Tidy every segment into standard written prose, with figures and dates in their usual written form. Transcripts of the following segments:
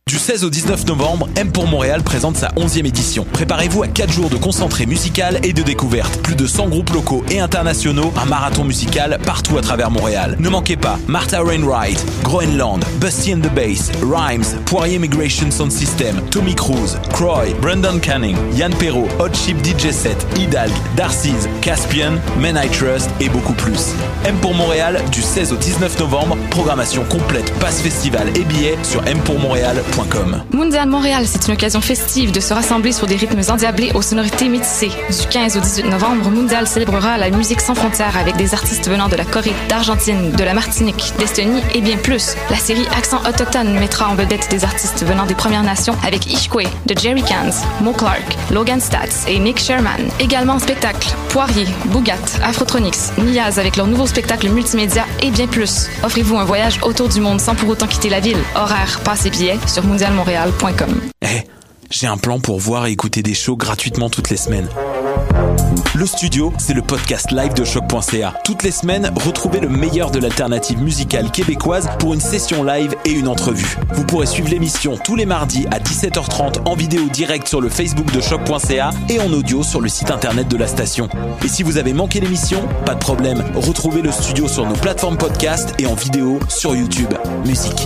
Du 16 au 19 novembre, M pour Montréal présente sa 11e édition. Préparez-vous à 4 jours de concentré musical et de découverte. Plus de 100 groupes locaux et internationaux, un marathon musical partout à travers Montréal. Ne manquez pas Martha Wainwright, Groenland, Busty and the Bass, Rhymes, Poirier Migration Sound System, Tommy Cruise, Croy, Brendan Canning, Yann Perrault, Hot Chip DJ Set, Hidalg, Darcy's, Caspian, Men I Trust et beaucoup plus. M pour Montréal du 16 au 19 novembre, programmation complète, passe festival et billets sur mpourmontréal.com. Mondial Montréal, c'est une occasion festive de se rassembler sur des rythmes endiablés aux sonorités métissées. Du 15 au 18 novembre, Mondial célébrera la musique sans frontières avec des artistes venant de la Corée, d'Argentine, de la Martinique, d'Estonie et bien plus. La série Accent autochtone mettra en vedette des artistes venant des Premières Nations avec Ishkwe, de Jerry Cans, Mo Clark, Logan Stats et Nick Sherman. Également en spectacle, Poirier, Bougat, Afrotronics, Niaz avec leur nouveau spectacle multimédia et bien plus. Offrez-vous un voyage autour du monde sans pour autant quitter la ville. Horaires, passes et billets sur mondialmontréal.com. J'ai un plan pour voir et écouter des shows gratuitement toutes les semaines. Le Studio, c'est le podcast live de choc.ca. Toutes les semaines, retrouvez le meilleur de l'alternative musicale québécoise pour une session live et une entrevue. Vous pourrez suivre l'émission tous les mardis à 17h30 en vidéo direct sur le Facebook de choc.ca et en audio sur le site internet de la station. Et si vous avez manqué l'émission, pas de problème. Retrouvez le Studio sur nos plateformes podcast et en vidéo sur YouTube. Musique.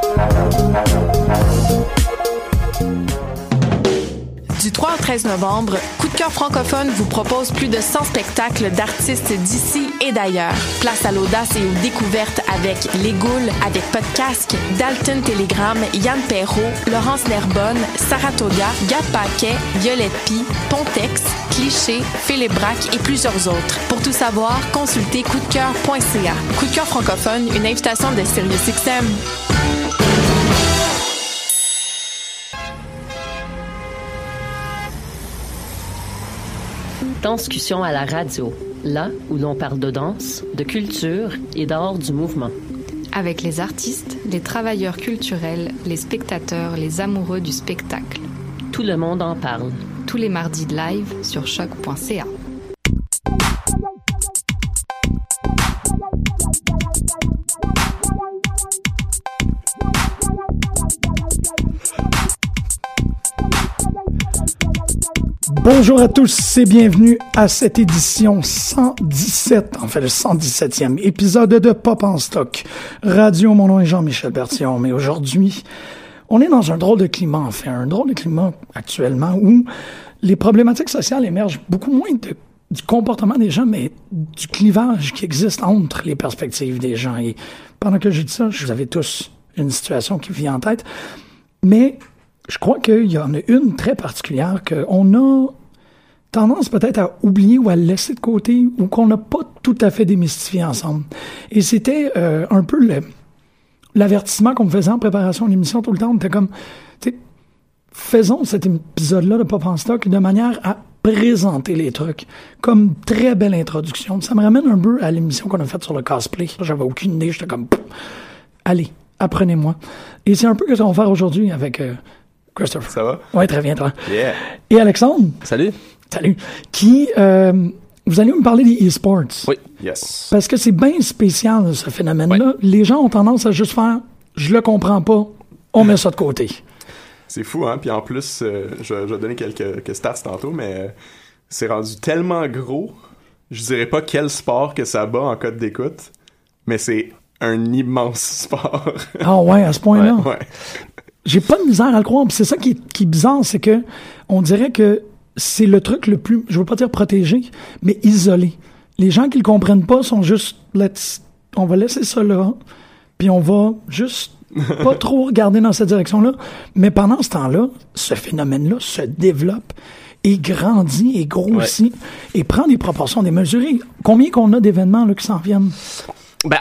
Du 3 au 13 novembre, Coup de cœur francophone vous propose plus de 100 spectacles d'artistes d'ici et d'ailleurs. Place à l'audace et aux découvertes avec Les Goules, avec Podcasque, Dalton Telegram, Yann Perrault, Laurence Nerbonne, Saratoga, Gab Paquet, Violette Pie, Pontex, Cliché, Philippe Braque et plusieurs autres. Pour tout savoir, consultez coupdecoeur.ca. Coup de cœur francophone, une invitation de SiriusXM. Danscussion à la radio, là où l'on parle de danse, de culture et d'art du mouvement. Avec les artistes, les travailleurs culturels, les spectateurs, les amoureux du spectacle. Tout le monde en parle. Tous les mardis de live sur choc.ca. Bonjour à tous et bienvenue à cette édition 117, en fait le 117e épisode de Pop en stock. Radio, mon nom est Jean-Michel Bertillon, mais aujourd'hui, on est dans un drôle de climat, en fait, un drôle de climat actuellement où les problématiques sociales émergent beaucoup moins du comportement des gens, mais du clivage qui existe entre les perspectives des gens. Et pendant que je dis ça, vous avez tous une situation qui vient en tête, mais je crois qu'il y en a une très particulière qu'on a tendance peut-être à oublier ou à laisser de côté ou qu'on n'a pas tout à fait démystifié ensemble. Et c'était un peu l'avertissement qu'on me faisait en préparation de l'émission tout le temps. On était comme, tu sais, faisons cet épisode-là de Pop en stock de manière à présenter les trucs comme très belle introduction. Ça me ramène un peu à l'émission qu'on a faite sur le cosplay. J'avais aucune idée, j'étais comme, allez, apprenez-moi. Et c'est un peu ce qu'on va faire aujourd'hui avec Christopher. Ça va? Oui, très bien, toi. Yeah. Et Alexandre. Salut. Salut. Qui, vous allez me parler des e-sports. Oui. Yes. Parce que c'est bien spécial, ce phénomène-là. Oui. Les gens ont tendance à juste faire, je le comprends pas, on met ça de côté. C'est fou, hein? Puis en plus, je vais donner quelques stats tantôt, mais c'est rendu tellement gros, je dirais pas quel sport que ça bat en code d'écoute, mais c'est un immense sport. Ah ouais, à ce point-là? Ouais. J'ai pas de misère à le croire. Puis c'est ça qui est bizarre, c'est que on dirait que c'est le truc le plus, je veux pas dire protégé, mais isolé. Les gens qui le comprennent pas sont juste, on va laisser ça là, puis on va juste pas trop regarder dans cette direction-là. Mais pendant ce temps-là, ce phénomène-là se développe et grandit et grossit et prend des proportions démesurées. Combien qu'on a d'événements là qui s'en viennent? Ben,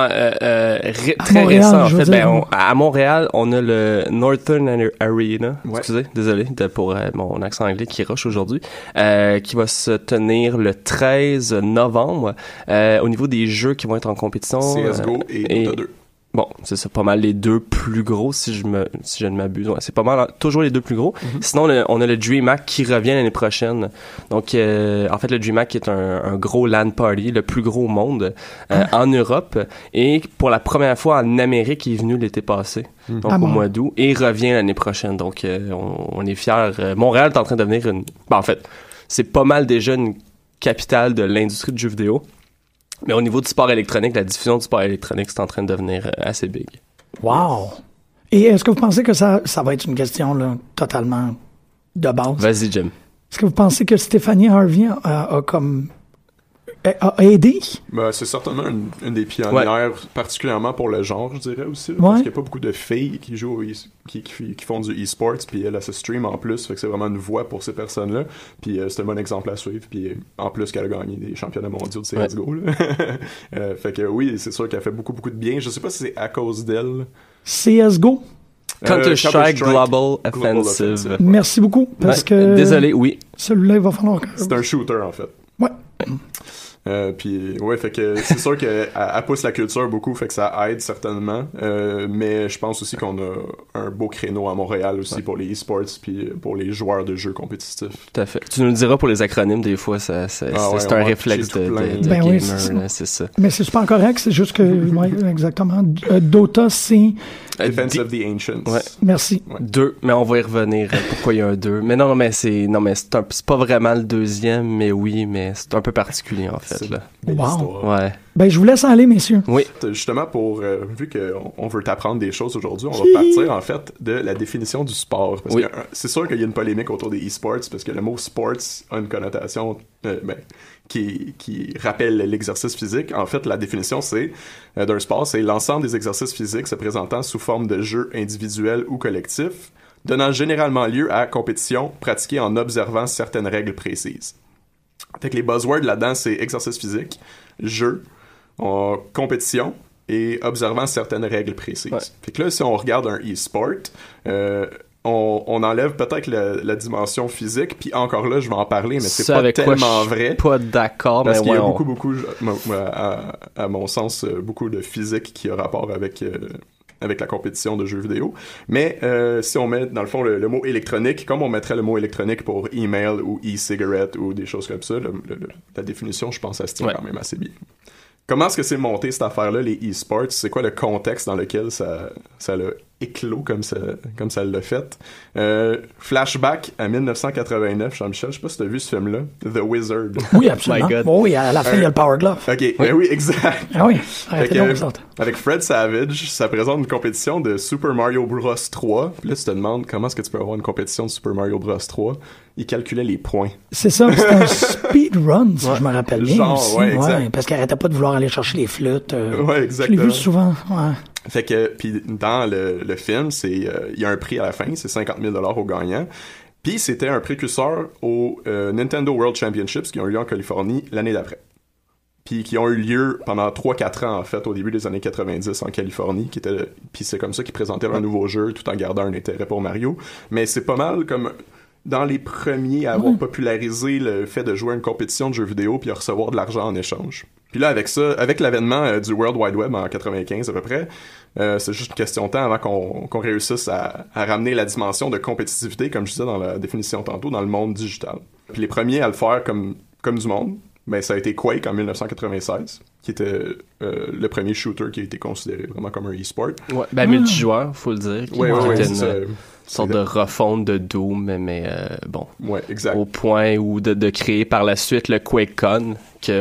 très Montréal, récent, en fait. À Montréal, on a le Northern Arena. Ouais. Excusez, désolé pour mon accent anglais qui rush aujourd'hui. Qui va se tenir le 13 novembre. Au niveau des jeux qui vont être en compétition. CSGO et Dota 2. Bon, c'est ça, pas mal les deux plus gros, si je ne m'abuse. Ouais, c'est pas mal, toujours les deux plus gros. Sinon, on a le DreamHack qui revient l'année prochaine. Donc, en fait, le DreamHack est un gros LAN party, le plus gros au monde, en Europe. Et pour la première fois en Amérique, il est venu l'été passé. Donc, au mois d'août. Et il revient l'année prochaine. Donc, on est fiers. Montréal est en train de devenir en fait, c'est pas mal déjà une capitale de l'industrie du jeu vidéo. Mais au niveau du sport électronique, la diffusion du sport électronique, c'est en train de devenir assez big. Wow! Et est-ce que vous pensez que ça va être une question là, totalement de base? Vas-y, Jim. Est-ce que vous pensez que Stéphanie Harvey a aidé? Ben, c'est certainement une des pionnières, particulièrement pour le genre, je dirais aussi. Là, parce qu'il n'y a pas beaucoup de filles qui jouent qui font du e-sports, puis elle se stream en plus, fait que c'est vraiment une voix pour ces personnes-là. Puis c'est un bon exemple à suivre. Puis en plus qu'elle a gagné des championnats mondiaux de CSGO. Là. Fait que oui, c'est sûr qu'elle fait beaucoup de bien. Je sais pas si c'est à cause d'elle. CSGO? Counter-Strike Global Offensive. Merci beaucoup, parce que... Désolé, oui. Celui-là, il va falloir que... C'est un shooter, en fait. Ouais. Puis ouais, fait que c'est sûr qu'elle pousse la culture beaucoup, fait que ça aide certainement, mais je pense aussi qu'on a un beau créneau à Montréal aussi pour les e-sports puis pour les joueurs de jeux compétitifs. Tout à fait. Tu nous le diras pour les acronymes, des fois c'est un réflexe de gamer, oui, c'est ça. Mais c'est super correct, c'est juste que ouais, exactement. Dota, c'est Defense of the Ancients. Ouais. Merci. 2, mais on va y revenir. Pourquoi il y a un 2? Mais mais c'est pas vraiment le deuxième, mais oui, mais c'est un peu particulier en fait. Là. Wow. Ouais. Ben, je vous laisse aller, messieurs. Oui. Justement, vu qu'on veut t'apprendre des choses aujourd'hui, on va partir, en fait, de la définition du sport. Parce que c'est sûr qu'il y a une polémique autour des e-sports, parce que le mot sports a une connotation, qui rappelle l'exercice physique. En fait, la définition d'un sport, c'est l'ensemble des exercices physiques se présentant sous forme de jeux individuels ou collectifs, donnant généralement lieu à compétition pratiquée en observant certaines règles précises. Fait que les buzzwords là-dedans, c'est exercice physique, jeu, compétition et observant certaines règles précises. Ouais. Fait que là, si on regarde un e-sport, on enlève peut-être la dimension physique, puis encore là, je vais en parler, mais c'est pas tellement vrai. Pas d'accord, parce mais qu'il y a beaucoup, à mon sens, beaucoup de physique qui a rapport avec la compétition de jeux vidéo. Mais si on met, dans le fond, le mot électronique, comme on mettrait le mot électronique pour email ou e-cigarette ou des choses comme ça, la définition, je pense, ça se tient quand même assez bien. Comment est-ce que c'est monté, cette affaire-là, les e-sports? C'est quoi le contexte dans lequel ça l'a éclos comme ça l'a fait? Flashback à 1989, Jean-Michel, je sais pas si t'as vu ce film-là, The Wizard. Oui, absolument. Oh, oui, à la fin, il y a le Power Glove. OK, oui, exact. Ah oui, arrêtez donc ça. Avec Fred Savage, ça présente une compétition de Super Mario Bros 3. Puis là, tu te demandes comment est-ce que tu peux avoir une compétition de Super Mario Bros 3. Il calculait les points. C'est ça, c'est un speedrun, si je me rappelle bien. Genre, aussi. Exact. Parce qu'il arrêtait pas de vouloir aller chercher les flûtes. Ouais, exactement. Je l'ai vu souvent, ouais. Fait que, puis dans le film, il y a un prix à la fin, c'est 50 000 $ au gagnant. Puis c'était un précurseur au Nintendo World Championships qui ont eu lieu en Californie l'année d'après. Puis qui ont eu lieu pendant 3-4 ans, en fait, au début des années 90 en Californie. Puis c'est comme ça qu'ils présentaient un nouveau jeu tout en gardant un intérêt pour Mario. Mais c'est pas mal comme dans les premiers à avoir popularisé le fait de jouer à une compétition de jeux vidéo puis à recevoir de l'argent en échange. Puis là, avec l'avènement du World Wide Web en 95 à peu près, c'est juste une question de temps avant qu'on réussisse à ramener la dimension de compétitivité, comme je disais dans la définition tantôt, dans le monde digital. Puis les premiers à le faire comme du monde, ben ça a été Quake en 1996, qui était le premier shooter qui a été considéré vraiment comme un e-sport. Ouais, ben multijoueur, faut le dire. Oui, une sorte de refonte de Doom, mais bon. Ouais, exact. Au point où de créer par la suite le QuakeCon,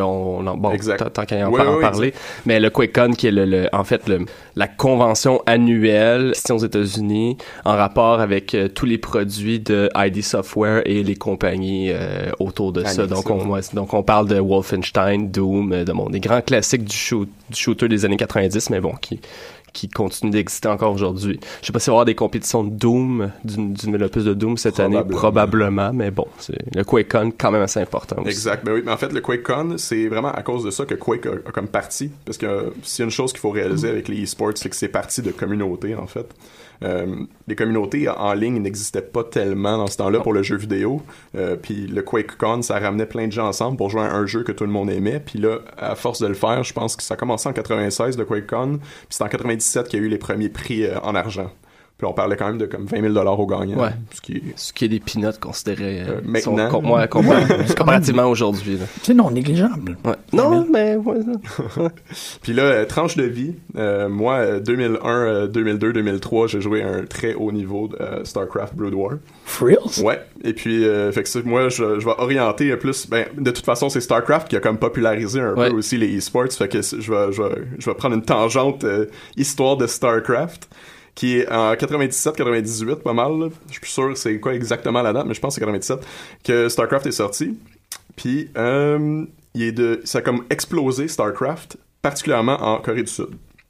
tant qu'à en parler. Exact. Mais le QuakeCon qui est en fait la convention annuelle aux États-Unis en rapport avec tous les produits de ID Software et les compagnies autour de ça. Donc on parle de Wolfenstein, Doom, des grands classiques du shooter des années 90, mais bon, qui continue d'exister encore aujourd'hui. Je sais pas s'il va y avoir des compétitions de Doom, d'une développeuse de Doom cette année, probablement, mais bon, c'est le QuakeCon quand même assez important aussi. Exact, ben oui, mais en fait, le QuakeCon, c'est vraiment à cause de ça que Quake a comme parti, parce que s'il y a une chose qu'il faut réaliser avec les e-sports, c'est que c'est parti de communauté, en fait. les communautés en ligne n'existaient pas tellement dans ce temps-là pour le jeu vidéo. Puis le QuakeCon, ça ramenait plein de gens ensemble pour jouer à un jeu que tout le monde aimait. Puis là, à force de le faire, je pense que ça a commencé en 96, le QuakeCon. Puis c'est en 97 qu'il y a eu les premiers prix en argent. Puis on parlait quand même de comme 20 000 $ au gagnant. Ouais. Ce qui est des peanuts considérés maintenant. Comparativement aujourd'hui. Là. C'est non négligeable. Ouais. Non, mais... Ouais. Puis là, tranche de vie. Moi, 2001, 2002, 2003, j'ai joué à un très haut niveau de StarCraft Brood War. Frills? Ouais. Et puis, fait que moi, je vais orienter plus... Ben, de toute façon, c'est StarCraft qui a comme popularisé un peu aussi les e-sports. Fait que je vais prendre une tangente histoire de StarCraft, qui est en 97-98, pas mal. Là. Je suis plus sûr c'est quoi exactement la date, mais je pense que c'est 97 que StarCraft est sorti. Puis, ça a comme explosé StarCraft, particulièrement en Corée du Sud.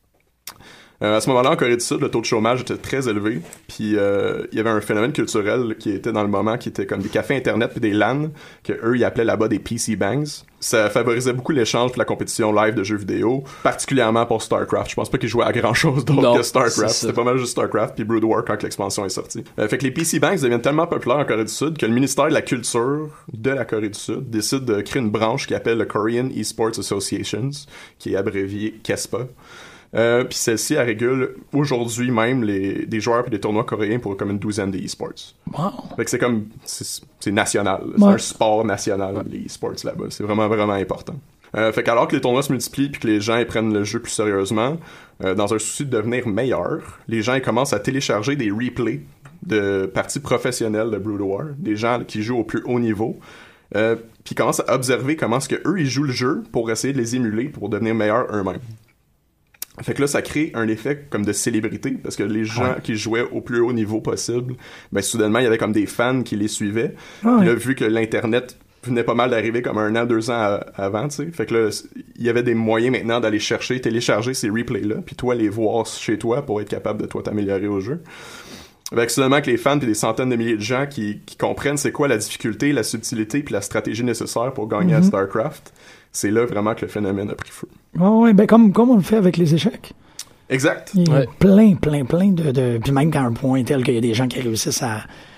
À ce moment-là, en Corée du Sud, le taux de chômage était très élevé. Puis, il y avait un phénomène culturel qui était dans le moment, qui était comme des cafés Internet puis des LAN, que eux ils appelaient là-bas des PC Bangs. Ça favorisait beaucoup l'échange et la compétition live de jeux vidéo, particulièrement pour StarCraft. Je pense pas qu'ils jouaient à grand-chose d'autre que StarCraft. C'était pas mal juste StarCraft puis Brood War quand l'expansion est sortie. Fait que les PC Bangs deviennent tellement populaires en Corée du Sud que le ministère de la Culture de la Corée du Sud décide de créer une branche qui appelle le Korean Esports Associations, qui est abrévié KESPA. Puis celle-ci, elle régule aujourd'hui même des joueurs et des tournois coréens pour comme une douzaine de e-sports. Wow. Fait que c'est comme, c'est national. C'est un sport national, les e-sports là-bas. C'est vraiment, vraiment important. Fait qu'alors que les tournois se multiplient puis que les gens ils prennent le jeu plus sérieusement, dans un souci de devenir meilleur, les gens ils commencent à télécharger des replays de parties professionnelles de Brood War, des gens qui jouent au plus haut niveau, puis commencent à observer comment est-ce que eux ils jouent le jeu pour essayer de les émuler pour devenir meilleurs eux-mêmes. Fait que là, ça crée un effet comme de célébrité, parce que les gens qui jouaient au plus haut niveau possible, ben soudainement, il y avait comme des fans qui les suivaient. Puis là, vu que l'Internet venait pas mal d'arriver comme 1 an, 2 ans avant, tu sais, fait que là, il y avait des moyens maintenant d'aller télécharger ces replays-là, puis toi, les voir chez toi pour être capable de toi t'améliorer au jeu. Fait que soudainement que les fans puis des centaines de milliers de gens qui comprennent c'est quoi la difficulté, la subtilité puis la stratégie nécessaire pour gagner à StarCraft, c'est là vraiment que le phénomène a pris feu. Oui, ben comme on le fait avec les échecs. Exact. Il y a plein de... Puis même qu'à un point tel qu'il y a des gens qui réussissent à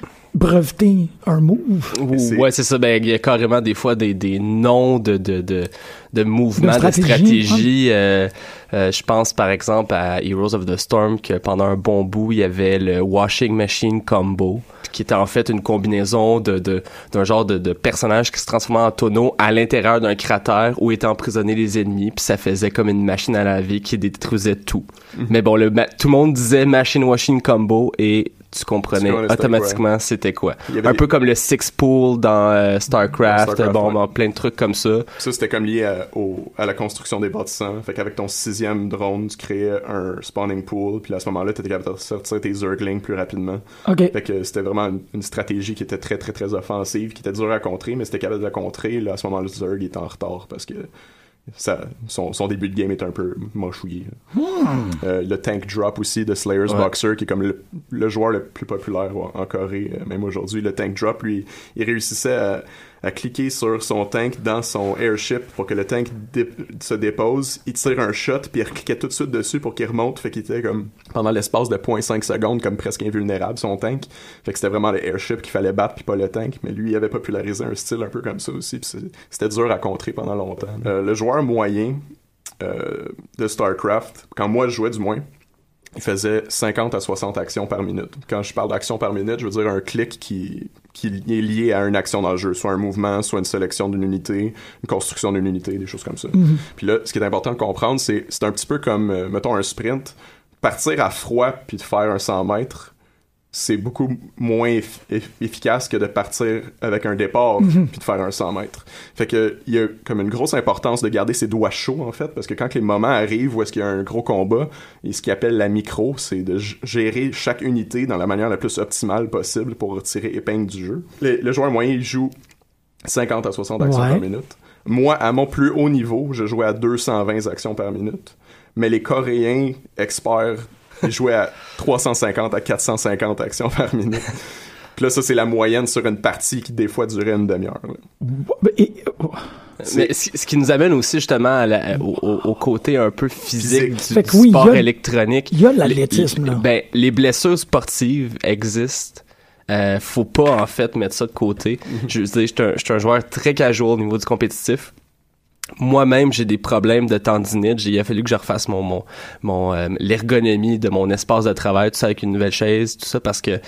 breveter un move. Ouais, c'est ça. Ben, il y a carrément des fois des noms de mouvements, de stratégie. Je pense par exemple à Heroes of the Storm que pendant un bon bout, il y avait le Washing Machine Combo, qui était en fait une combinaison d'un genre de personnage qui se transformait en tonneau à l'intérieur d'un cratère où étaient emprisonnés les ennemis, puis ça faisait comme une machine à laver qui détruisait tout. Mais bon, tout le monde disait Machine Washing Combo et tu comprenais automatiquement c'était quoi. Un peu comme le Six Pool dans StarCraft, plein de trucs comme ça. Ça, c'était comme lié à la construction des bâtissants. Fait qu'avec ton 6e drone, tu créais un spawning pool, puis à ce moment-là, tu étais capable de sortir tes Zerglings plus rapidement. Okay. Fait que c'était vraiment une stratégie qui était très, très, très offensive, qui était dure à contrer, mais c'était capable de la contrer. Là, à ce moment-là, Zerg était en retard parce que son début de game est un peu mochouillé. Le tank drop aussi de Slayer's Boxer, qui est comme le joueur le plus populaire en Corée, même aujourd'hui. Le tank drop, lui, il réussissait à cliquer sur son tank dans son airship pour que le tank se dépose. Il tire un shot, puis il recliquait tout de suite dessus pour qu'il remonte. Fait qu'il était comme, pendant l'espace de 0.5 secondes, comme presque invulnérable, son tank. Fait que c'était vraiment le airship qu'il fallait battre, puis pas le tank. Mais lui, il avait popularisé un style un peu comme ça aussi, puis c'était dur à contrer pendant longtemps. Le joueur moyen de StarCraft, quand moi je jouais du moins, il faisait 50 à 60 actions par minute. Quand je parle d'action par minute, je veux dire un clic qui est lié à une action dans le jeu, soit un mouvement, soit une sélection d'une unité, une construction d'une unité, des choses comme ça. Puis là, ce qui est important de comprendre, c'est un petit peu comme, mettons, un sprint. Partir à froid puis de faire un 100 mètres, c'est beaucoup moins efficace que de partir avec un départ puis de faire un 100 mètres. Fait que il y a comme une grosse importance de garder ses doigts chauds, en fait, parce que quand les moments arrivent où est-ce qu'il y a un gros combat, et ce qu'ils appellent la micro, c'est de gérer chaque unité dans la manière la plus optimale possible pour tirer épingle du jeu. Le joueur moyen, il joue 50 à 60 actions par minute. Moi, à mon plus haut niveau, je jouais à 220 actions par minute. Mais les Coréens experts, ils jouaient à 350 à 450 actions par minute. Puis là, ça, c'est la moyenne sur une partie qui, des fois, durait une demi-heure. Mais ce qui nous amène aussi justement au côté un peu physique du sport électronique. Il y a l'athlétisme, là. Les blessures sportives existent. Faut pas, en fait, mettre ça de côté. Je veux dire, je suis un joueur très casual au niveau du compétitif. Moi-même, j'ai des problèmes de tendinite. Il a fallu que je refasse mon l'ergonomie de mon espace de travail, tout ça avec une nouvelle chaise, tout ça parce que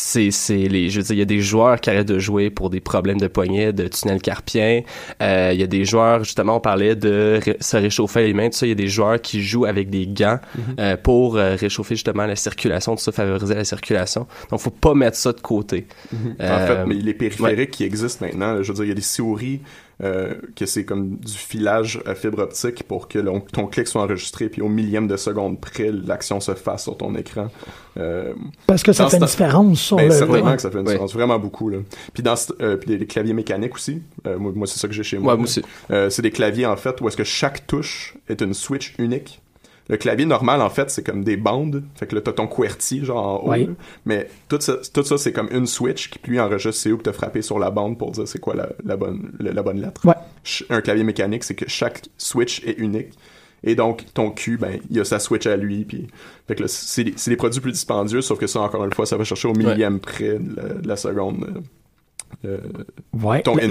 je veux dire, il y a des joueurs qui arrêtent de jouer pour des problèmes de poignet, de tunnel carpien. Il y a des joueurs, justement, on parlait de se réchauffer les mains, tout ça. Il y a des joueurs qui jouent avec des gants pour réchauffer justement la circulation, tout ça, favoriser la circulation. Donc, faut pas mettre ça de côté. En fait, mais les périphériques qui existent maintenant, je veux dire, il y a des souris que c'est comme du filage à fibre optique pour que ton clic soit enregistré puis au millième de seconde près l'action se fasse sur ton écran. Parce que ça fait une différence sur le... Certainement que ça fait une différence, vraiment beaucoup. Là. Puis puis des claviers mécaniques aussi. Moi, c'est ça que j'ai chez moi. Ouais, moi aussi. C'est des claviers, en fait, où est-ce que chaque touche est une switch unique. Le clavier normal, en fait, c'est comme des bandes. Fait que là, t'as ton QWERTY, genre en haut. Oui. Mais tout ça, c'est comme une switch qui, lui, enregistre c'est où que t'as frappé sur la bande pour dire c'est quoi la bonne lettre. Ouais. Un clavier mécanique, c'est que chaque switch est unique. Et donc, ton Q, il y a sa switch à lui. Puis, fait que là, c'est des produits plus dispendieux, sauf que ça, encore une fois, ça va chercher au millième près de la seconde. Ton input,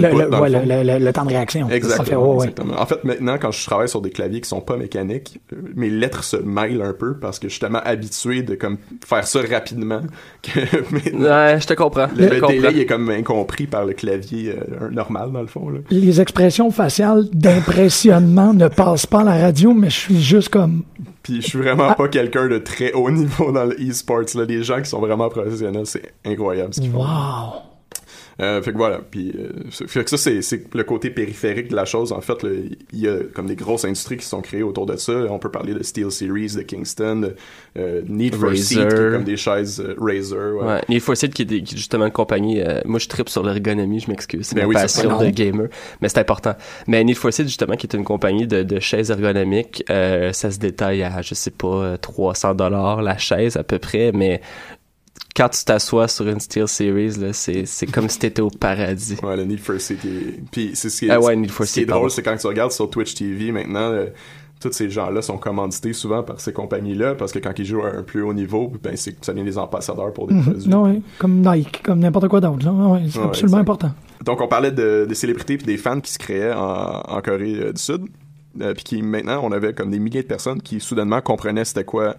le temps de réaction. Exactement, exactement. En fait, maintenant, quand je travaille sur des claviers qui sont pas mécaniques, mes lettres se mêlent un peu parce que je suis tellement habitué de comme faire ça rapidement que ouais, je te comprends. Le délai est comme incompris par le clavier normal, dans le fond. Là. Les expressions faciales d'impressionnement ne passent pas à la radio, mais je suis juste comme... Puis je suis vraiment pas quelqu'un de très haut niveau dans le e-sports. Là. Les gens qui sont vraiment professionnels, c'est incroyable ce qu'ils font. Wow! Fait que voilà, puis fait que ça c'est le côté périphérique de la chose. En fait, il y a comme des grosses industries qui sont créées autour de ça. On peut parler de SteelSeries, de Kingston, Need for Speed, qui est comme des chaises Razer. Ouais, Need for Speed qui est justement une compagnie. Moi, je trippe sur l'ergonomie, je m'excuse, c'est ma passion de gamer, mais c'est important. Mais Need for Speed justement qui est une compagnie de chaises ergonomiques, ça se détaille à je sais pas $300 la chaise à peu près, mais quand tu t'assois sur une SteelSeries, là, c'est comme si t'étais au paradis. Ouais, le Need for Speed. Puis c'est ce qui est drôle, c'est quand tu regardes sur Twitch TV maintenant, tous ces gens-là sont commandités souvent par ces compagnies-là parce que quand ils jouent à un plus haut niveau, ça devient des ambassadeurs pour des produits. Non, oui, comme Nike, comme n'importe quoi d'autre. C'est absolument important. Donc on parlait des célébrités et des fans qui se créaient en Corée du Sud. Puis qui maintenant on avait comme des milliers de personnes qui soudainement comprenaient c'était quoi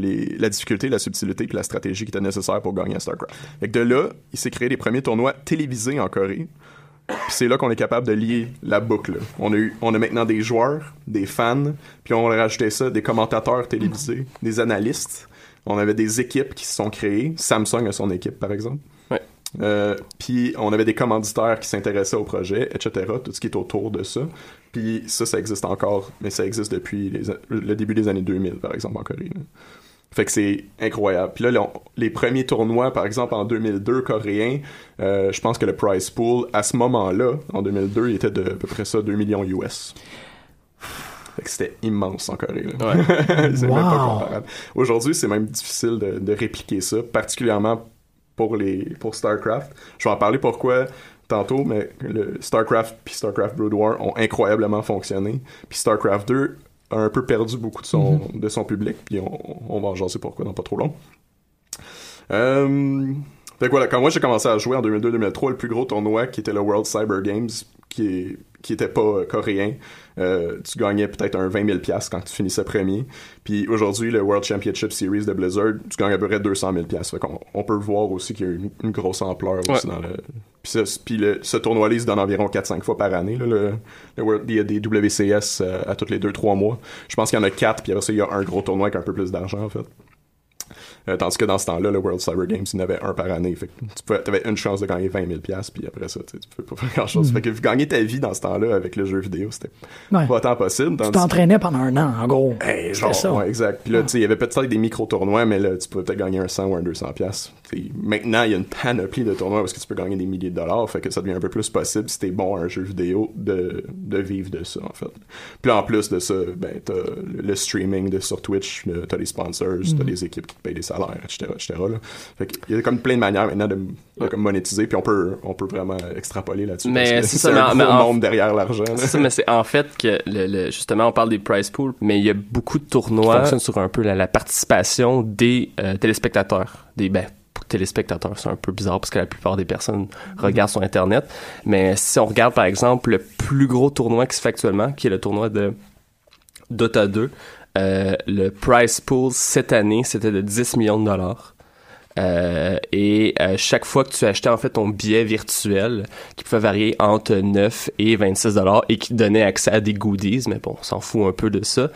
la difficulté, la subtilité puis la stratégie qui était nécessaire pour gagner à StarCraft. Fait que de là, il s'est créé les premiers tournois télévisés en Corée. Puis c'est là qu'on est capable de lier la boucle. On a maintenant des joueurs, des fans, puis on a rajouté ça, des commentateurs télévisés, des analystes. On avait des équipes qui se sont créées. Samsung a son équipe, par exemple. Ouais. Puis on avait des commanditaires qui s'intéressaient au projet, etc. Tout ce qui est autour de ça. Puis ça existe encore, mais ça existe depuis le début des années 2000, par exemple, en Corée. Là. Fait que c'est incroyable. Puis là, les premiers tournois, par exemple, en 2002, coréens, je pense que le prize pool, à ce moment-là, en 2002, il était de à peu près ça, 2 millions US. Fait que c'était immense en Corée. Là. Ouais. C'est même pas comparable. Aujourd'hui, c'est même difficile de répliquer ça, particulièrement pour StarCraft. Je vais en parler pourquoi tantôt, mais le StarCraft puis StarCraft Brood War ont incroyablement fonctionné. Puis StarCraft 2 a un peu perdu beaucoup de son public, puis on va en jaser pourquoi dans pas trop long. Fait que voilà, quand moi j'ai commencé à jouer en 2002-2003, le plus gros tournoi qui était le World Cyber Games, qui était pas coréen, tu gagnais peut-être un 20 000$ quand tu finissais premier. Puis aujourd'hui, le World Championship Series de Blizzard, tu gagnes à peu près 200 000$. Fait qu'on peut voir aussi qu'il y a une grosse ampleur aussi dans le... Puis ce tournoi-là, il se donne environ 4-5 fois par année. Là, il y a des WCS à tous les 2-3 mois. Je pense qu'il y en a 4, puis après ça, il y a un gros tournoi avec un peu plus d'argent, en fait. Tandis que dans ce temps-là, le World Cyber Games, il y en avait un par année. Fait que tu avais une chance de gagner 20 000$, puis après ça, tu peux pas faire grand-chose. Fait que gagner ta vie dans ce temps-là avec le jeu vidéo, c'était pas tant possible. Tu t'entraînais pendant un an, en gros. Genre, ça. Ouais, exact. Puis là, il y avait peut-être des micro-tournois, mais là, tu pouvais peut-être gagner un 100 ou un 200$. maintenant, il y a une panoplie de tournois parce que tu peux gagner des milliers de dollars, fait que ça devient un peu plus possible si t'es bon à un jeu vidéo de vivre de ça, en fait. Puis en plus de ça, ben, t'as le streaming sur Twitch, t'as les sponsors, t'as les équipes qui te payent des salaires, etc., là. Fait qu'il y a comme plein de manières maintenant de comme monétiser, puis on peut vraiment extrapoler là-dessus. Mais c'est un gros monde derrière l'argent. C'est ça, mais c'est en fait que justement, on parle des prize pools, mais il y a beaucoup de tournois qui fonctionnent sur un peu la participation des téléspectateurs, téléspectateurs, c'est un peu bizarre parce que la plupart des personnes regardent sur Internet. Mais si on regarde, par exemple, le plus gros tournoi qui se fait actuellement, qui est le tournoi de Dota 2, le prize pool cette année, c'était de 10 millions de dollars. Et chaque fois que tu achetais en fait ton billet virtuel, qui pouvait varier entre 9 et 26 dollars et qui donnait accès à des goodies, mais bon, on s'en fout un peu de ça,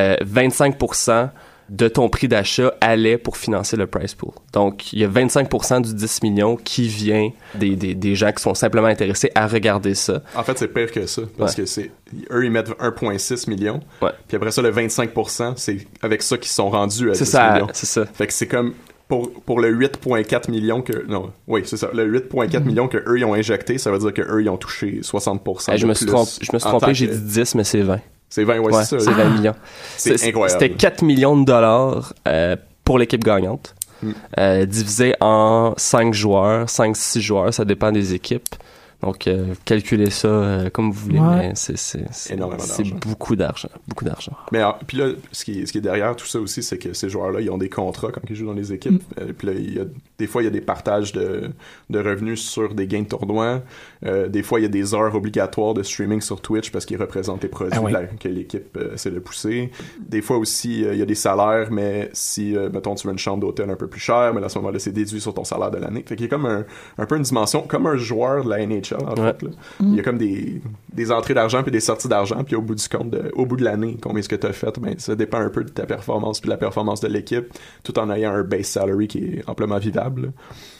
25% de ton prix d'achat allait pour financer le prize pool. Donc, il y a 25% du 10 millions qui vient des gens qui sont simplement intéressés à regarder ça. En fait, c'est pire que ça, parce que eux, ils mettent 1,6 million, puis après ça, le 25%, c'est avec ça qu'ils sont rendus à 10 millions. C'est ça. Fait que c'est comme pour le 8,4 millions que... Non, oui, c'est ça. Le 8,4 millions que eux ils ont injecté, ça veut dire qu'eux, ils ont touché 60% je me suis trompé, j'ai dit 10, mais c'est 20. C'est 20, ouais, c'est ça. C'est 20 millions. C'est incroyable. C'était 4 millions de dollars pour l'équipe gagnante, divisé en 5-6 joueurs, ça dépend des équipes. Donc, calculez ça comme vous voulez, mais c'est beaucoup d'argent. Mais puis là, ce qui est derrière tout ça aussi, c'est que ces joueurs-là, ils ont des contrats quand ils jouent dans les équipes. Puis là, des fois, il y a des partages de revenus sur des gains de tournois. Des fois, il y a des heures obligatoires de streaming sur Twitch parce qu'ils représentent les produits que l'équipe essaie de pousser. Des fois aussi, il y a des salaires, mais si, mettons, tu veux une chambre d'hôtel un peu plus chère, mais à ce moment-là, c'est déduit sur ton salaire de l'année. Fait qu'il y a comme un peu une dimension, comme un joueur de la NHL. En fait, là. Il y a comme des entrées d'argent puis des sorties d'argent, puis au bout du compte, au bout de l'année, combien est-ce que tu as fait, ben, ça dépend un peu de ta performance puis de la performance de l'équipe, tout en ayant un base salary qui est amplement vivable.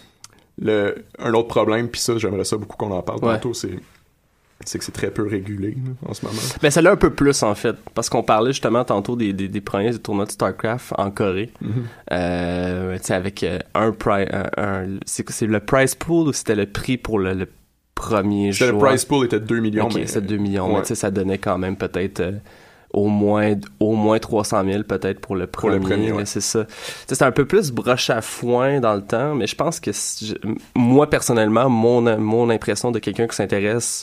Un autre problème, puis ça, j'aimerais ça beaucoup qu'on en parle tantôt, c'est que c'est très peu régulé là, en ce moment. Ben ça l'est un peu plus en fait, parce qu'on parlait justement tantôt des premiers tournois de StarCraft en Corée, tu sais, avec c'est le prize pool ou c'était le prix pour le premier joueur? Le prize pool était 2 millions. Okay, c'est 2 millions, mais tu sais, ça donnait quand même peut-être au moins 300 000 peut-être pour le premier, mais c'est ça. C'est un peu plus broche à foin dans le temps, mais je pense que moi personnellement, mon impression de quelqu'un qui s'intéresse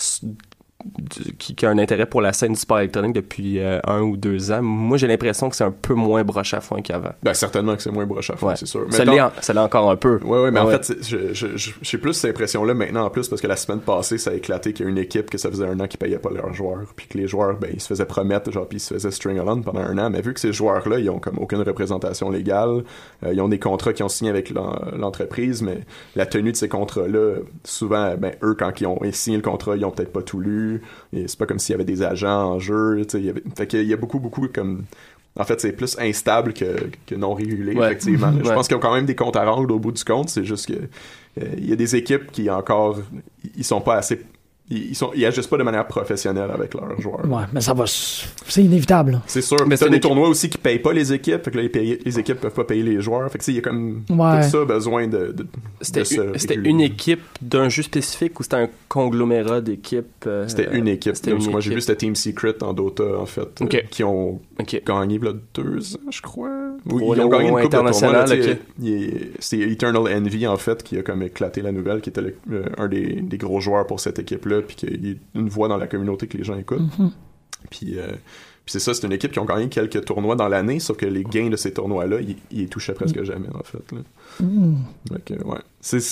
qui a un intérêt pour la scène du sport électronique depuis 1 ou 2 ans, moi j'ai l'impression que c'est un peu moins broche à foin qu'avant. Ben certainement que c'est moins broche à foin, c'est sûr. Ça l'est encore un peu. Ouais, mais en fait, j'ai plus cette impression-là maintenant en plus parce que la semaine passée, ça a éclaté qu'il y a une équipe que ça faisait 1 an qui payait pas leurs joueurs, puis que les joueurs, ben ils se faisaient promettre, genre puis ils se faisaient string along pendant 1 an, mais vu que ces joueurs-là, ils ont comme aucune représentation légale, ils ont des contrats qu'ils ont signés avec l'entreprise, mais la tenue de ces contrats-là, souvent, ben eux quand ils ont signé le contrat, ils ont peut-être pas tout lu. Et c'est pas comme s'il y avait des agents en jeu, tu sais, fait qu'il y a beaucoup comme en fait c'est plus instable que non régulé effectivement. Je pense qu'ils ont quand même des comptes à rendre au bout du compte, c'est juste que il y a des équipes qui encore ils sont pas assez ils agissent pas de manière professionnelle avec leurs joueurs. Ouais, mais ça va, c'est inévitable. C'est sûr. Mais t'as des tournois aussi qui payent pas les équipes, fait que là, les équipes peuvent pas payer les joueurs. Fait que il y a comme tout ça besoin de C'était une équipe d'un jeu spécifique ou c'était un conglomérat d'équipes? C'était une équipe. Moi, j'ai vu c'était Team Secret en Dota, en fait, qui ont gagné là 2 ans, je crois. Ils ont gagné une coupe de tournois. C'est Eternal Envy, en fait, qui a comme éclaté la nouvelle, qui était un des gros joueurs pour cette équipe-là, puis qu'il y a une voix dans la communauté que les gens écoutent. Puis c'est ça, c'est une équipe qui ont gagné quelques tournois dans l'année, sauf que les gains de ces tournois-là, ils touchaient presque jamais, en fait. Là. Donc, ouais. C'est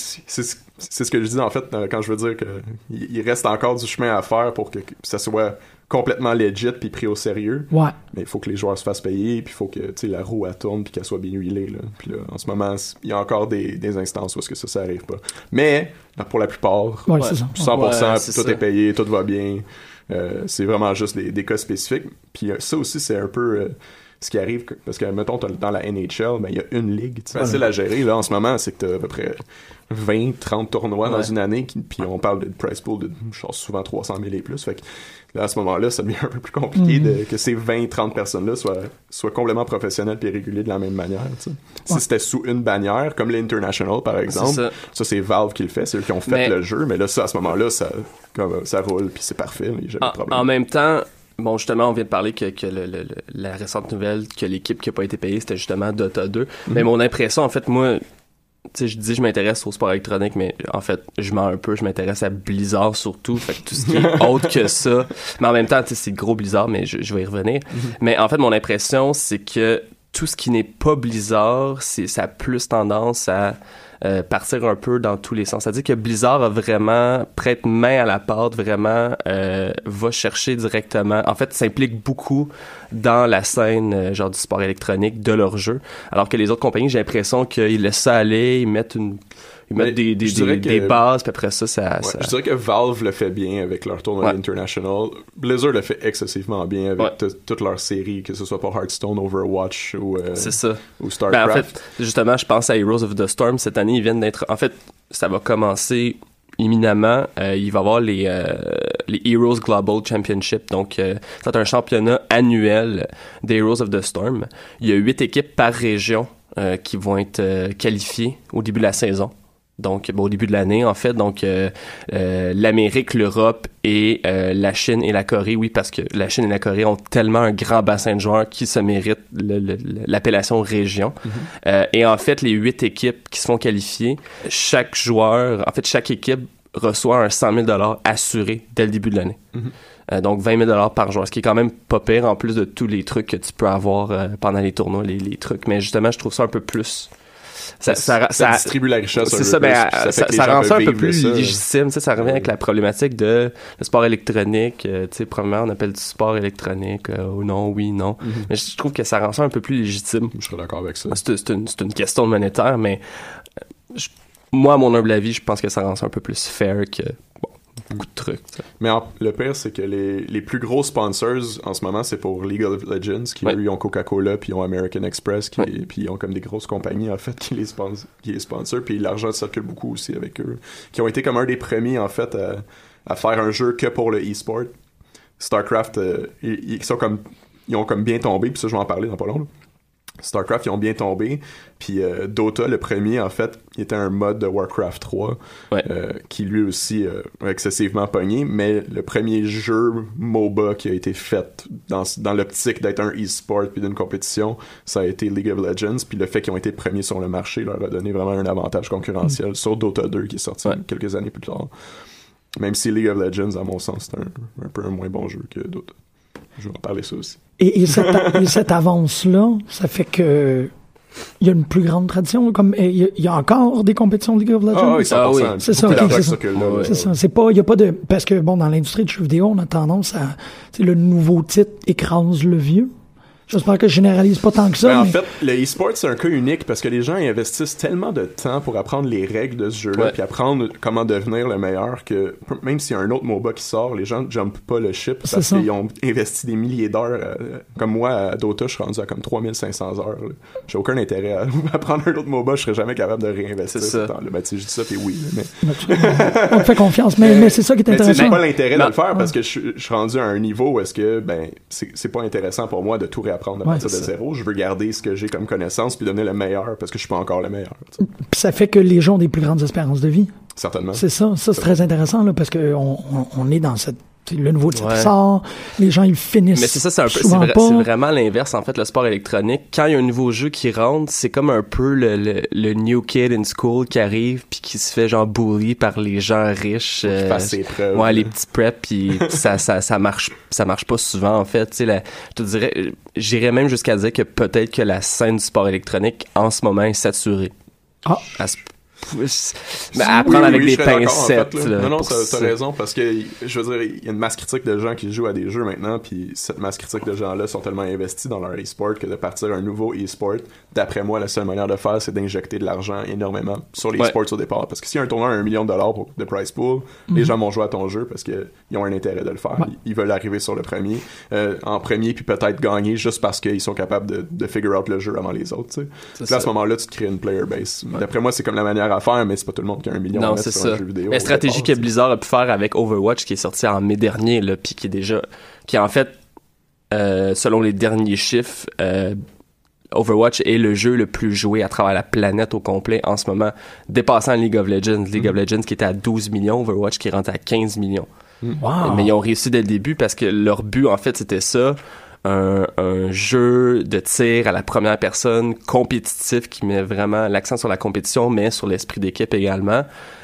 ce que je dis, en fait, quand je veux dire qu'il reste encore du chemin à faire pour que ça soit complètement legit puis pris au sérieux. Ouais. Mais il faut que les joueurs se fassent payer, puis il faut que la roue elle tourne puis qu'elle soit bien huilée. Là. Puis là, en ce moment, il y a encore des instances où est-ce que ça arrive pas. Mais pour la plupart, 100%, tout est payé, tout va bien. C'est vraiment juste des cas spécifiques. Puis ça aussi, c'est un peu... ce qui arrive, parce que, mettons, dans la NHL, ben, il y a une ligue. C'est facile à gérer, là, en ce moment, c'est que t'as à peu près 20-30 tournois dans une année, puis on parle de prize pool de, genre, souvent 300 000 et plus. Fait que, là, à ce moment-là, ça devient un peu plus compliqué que ces 20-30 personnes-là soient complètement professionnelles et régulières de la même manière. T'sais. Si c'était sous une bannière, comme l'International, par exemple, ça c'est Valve qui le fait, c'est eux qui ont fait le jeu, mais là, ça, à ce moment-là, ça roule, puis c'est parfait, il n'y a jamais de problème. En même temps, bon, justement, on vient de parler que la récente nouvelle, que l'équipe qui n'a pas été payée, c'était justement Dota 2. Mais mon impression, en fait, moi... Tu sais, je dis je m'intéresse au sport électronique, mais en fait, je mens un peu, je m'intéresse à Blizzard surtout, fait que tout ce qui est autre que ça, mais en même temps, tu sais, c'est le gros Blizzard, mais je vais y revenir. Mais en fait, mon impression, c'est que tout ce qui n'est pas Blizzard, ça a plus tendance à partir un peu dans tous les sens. C'est-à-dire que Blizzard a vraiment prête main à la pâte, vraiment va chercher directement, en fait, s'implique beaucoup dans la scène genre du sport électronique de leur jeu, alors que les autres compagnies, j'ai l'impression qu'ils laissent ça aller, ils mettent des bases, puis après ça... Je dirais que Valve le fait bien avec leur tournoi International. Blizzard le fait excessivement bien avec toutes leurs séries, que ce soit pour Hearthstone, Overwatch ou StarCraft. Ben, en fait, justement, je pense à Heroes of the Storm. Cette année, ils viennent d'être... En fait, ça va commencer imminemment. Il va y avoir les Heroes Global Championship. Donc, c'est un championnat annuel des Heroes of the Storm. Il y a 8 équipes par région qui vont être qualifiées au début de la saison. Donc, au début de l'année, en fait. Donc, l'Amérique, l'Europe et la Chine et la Corée. Oui, parce que la Chine et la Corée ont tellement un grand bassin de joueurs qui se méritent l'appellation région. Et en fait, les 8 équipes qui se font qualifier, chaque équipe reçoit un 100 000 $ assuré dès le début de l'année. Donc 20 000 $ par joueur, ce qui est quand même pas pire en plus de tous les trucs que tu peux avoir pendant les tournois, les trucs. Mais justement, je trouve ça un peu plus... Ça distribue la richesse. C'est ça, ça rend ça un peu plus légitime. Ça revient avec la problématique de le sport électronique. Premièrement, on appelle du sport électronique ou non, oui, non. Mais je trouve que ça rend ça un peu plus légitime. Je serais d'accord avec ça. C'est une question de monétaire, mais moi, à mon humble avis, je pense que ça rend ça un peu plus fair que... beaucoup de trucs. T'sais. Mais le pire, c'est que les plus gros sponsors en ce moment, c'est pour League of Legends, qui eux, ils ont Coca-Cola, puis ils ont American Express, puis ils ont comme des grosses compagnies, en fait, qui les sponsorent, puis l'argent circule beaucoup aussi avec eux, qui ont été comme un des premiers, en fait, à faire un jeu que pour le e-sport. StarCraft, ils ont comme bien tombé, puis ça, je vais en parler dans pas long, là. StarCraft, ils ont bien tombé, puis Dota, le premier, en fait, il était un mode de Warcraft 3, qui lui aussi a excessivement pogné, mais le premier jeu MOBA qui a été fait dans l'optique d'être un e-sport puis d'une compétition, ça a été League of Legends, puis le fait qu'ils ont été premiers sur le marché leur a donné vraiment un avantage concurrentiel sur Dota 2 qui est sorti quelques années plus tard. Même si League of Legends, à mon sens, c'est un peu un moins bon jeu que Dota. Je vais en parler ça aussi. Et cette avance-là, ça fait que il y a une plus grande tradition, comme il y a encore des compétitions de League of Legends. C'est ça. C'est ça. C'est pas, il y a pas de, parce que bon, dans l'industrie du jeu vidéo, on a tendance à, le nouveau titre écrase le vieux. J'espère que je généralise pas tant que ça. En fait, le e-sport, c'est un cas unique parce que les gens investissent tellement de temps pour apprendre les règles de ce jeu-là puis apprendre comment devenir le meilleur que même s'il y a un autre MOBA qui sort, les gens ne jumpent pas le ship parce qu'ils ont investi des milliers d'heures. Comme moi, à Dota, je suis rendu à comme 3500 heures. Là. J'ai aucun intérêt à apprendre un autre MOBA. Je serais jamais capable de réinvestir ce temps-là. Ben, je dis ça, puis oui. Mais... on te fait confiance, mais c'est ça qui est intéressant. J'ai pas l'intérêt de le faire parce que je suis rendu à un niveau où est-ce que c'est pas intéressant pour moi de tout réapprendre à partir de zéro. Je veux garder ce que j'ai comme connaissance puis donner le meilleur parce que je suis pas encore le meilleur. Puis ça fait que les gens ont des plus grandes espérances de vie. Certainement. C'est ça. Ça, c'est très intéressant là, parce que on est dans cette... Le nouveau titre sort, les gens ils finissent. Mais c'est ça, c'est vraiment l'inverse en fait, le sport électronique. Quand il y a un nouveau jeu qui rentre, c'est comme un peu le new kid in school qui arrive puis qui se fait genre bully par les gens riches. Qui fasse ses preuves. Ouais, les petits preps puis ça marche pas souvent en fait. Tu sais, je te dirais, j'irais même jusqu'à dire que peut-être que la scène du sport électronique en ce moment est saturée. Mais apprendre avec des pincettes. En fait, non, t'as raison, parce que, je veux dire, il y a une masse critique de gens qui jouent à des jeux maintenant, puis cette masse critique de gens-là sont tellement investis dans leur e-sport que de partir un nouveau e-sport, d'après moi, la seule manière de faire, c'est d'injecter de l'argent énormément sur les e-sports au départ. Parce que s'il y a un tournoi à $1 million de prize pool, les gens vont jouer à ton jeu parce qu'ils ont un intérêt de le faire. Ils veulent arriver sur le premier, en premier, puis peut-être gagner juste parce qu'ils sont capables de figure out le jeu avant les autres, tu sais. Puis là, à ce moment-là, tu te crées une player base. D'après moi, c'est comme la manière à faire, mais c'est pas tout le monde qui a $1 million sur un jeu vidéo. La stratégie que Blizzard a pu faire avec Overwatch, qui est sorti en mai dernier, là, puis qui en fait, selon les derniers chiffres, Overwatch est le jeu le plus joué à travers la planète au complet en ce moment, dépassant League of Legends. League of Legends qui était à 12 millions, Overwatch qui rentre à 15 millions. Wow. Mais ils ont réussi dès le début parce que leur but, en fait, c'était ça. Un jeu de tir à la première personne compétitif qui met vraiment l'accent sur la compétition mais sur l'esprit d'équipe également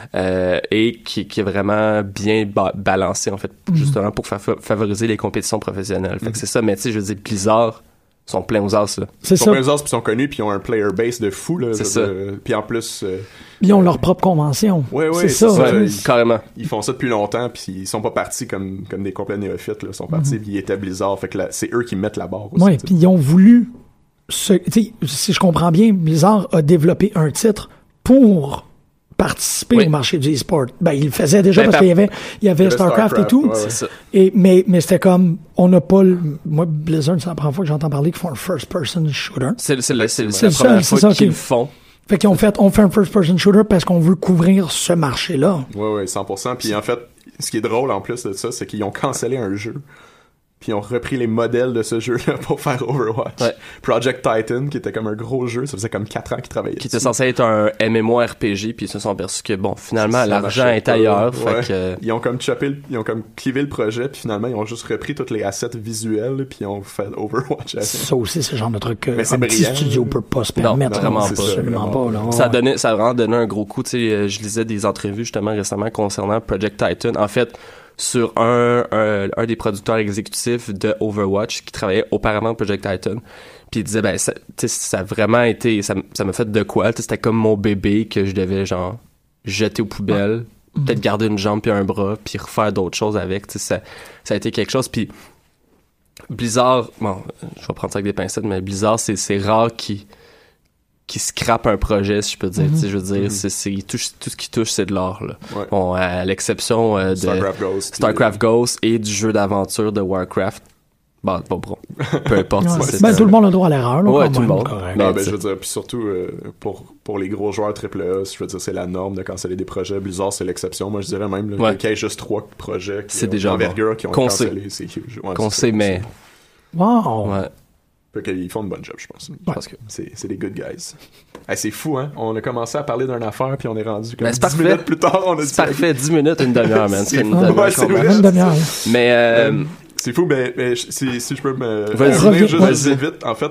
et qui est vraiment bien balancé en fait justement pour favoriser les compétitions professionnelles. Fait que c'est ça, mais tu sais, je veux dire, Blizzard sont pleins aux as, là. C'est ils sont pleins aux as, puis ils sont connus, puis ils ont un player base de fou, là. C'est ça. Puis en plus... ils ont leur propre convention. Oui, c'est ça. Carrément. Ils font ça depuis longtemps, puis ils sont pas partis comme des complets néophytes, là. Ils sont partis, puis ils étaient Blizzard, fait que c'est eux qui mettent la barre aussi. Oui, puis ils ont voulu... si je comprends bien, Blizzard a développé un titre pour participer au marché du e-sport. Ben, il le faisait déjà parce qu'il y avait StarCraft et tout. C'est ça. Mais c'était comme, on n'a pas moi, Blizzard, c'est la première fois que j'entends parler qu'ils font un first-person shooter. C'est la première fois qu'ils le font. Fait qu'on fait un first-person shooter parce qu'on veut couvrir ce marché-là. Oui, 100%. Puis en fait, ce qui est drôle en plus de ça, c'est qu'ils ont cancellé un jeu. Puis ils ont repris les modèles de ce jeu-là pour faire Overwatch. Ouais. Project Titan, qui était comme un gros jeu, ça faisait comme 4 ans qu'ils travaillaient qui était censé être un MMORPG, puis ils se sont aperçus que, bon, finalement, l'argent est ailleurs. Fait que... Ils ont comme clivé le projet, puis finalement, ils ont juste repris tous les assets visuels, puis ils ont fait Overwatch. Ça aussi, c'est le genre de truc que un petit studio peut pas se permettre. Non, vraiment pas. Là. Ça a vraiment donné un gros coup. Tu sais, je lisais des entrevues, justement, récemment, concernant Project Titan. En fait, sur un des producteurs exécutifs de Overwatch qui travaillait auparavant Project Titan, puis il disait ben ça a vraiment été ça m'a fait de quoi, c'était comme mon bébé que je devais genre jeter aux poubelles, peut-être garder une jambe puis un bras puis refaire d'autres choses avec, ça a été quelque chose. Puis Blizzard, bon, je vais prendre ça avec des pincettes, mais Blizzard c'est rare qui scrape un projet, si je peux dire. Je veux dire, tout ce qui touche, c'est de l'or, là. Ouais. Bon, à l'exception de Starcraft Ghost et du jeu d'aventure de Warcraft. Bon, peu importe. Tout le monde a droit à l'erreur, là. Ouais, tout le monde. Je veux dire, puis surtout, pour les gros joueurs AAA, je veux dire, c'est la norme de canceller des projets. Blizzard, c'est l'exception. Moi, je dirais même, qu'il y a juste 3 projets qui ont cancellé, c'est huge. Qu'on sait, mais... Wow! Ouais. Ils font une bonne job, je pense. Parce que c'est des good guys. Hey, c'est fou, hein? On a commencé à parler d'une affaire, puis on est rendu comme 10 minutes plus tard. On a dit... C'est parfait, 10 minutes, une demi-heure, man. C'est une demi-heure. Mais... c'est fou, mais si je peux me revenir juste vite, en fait,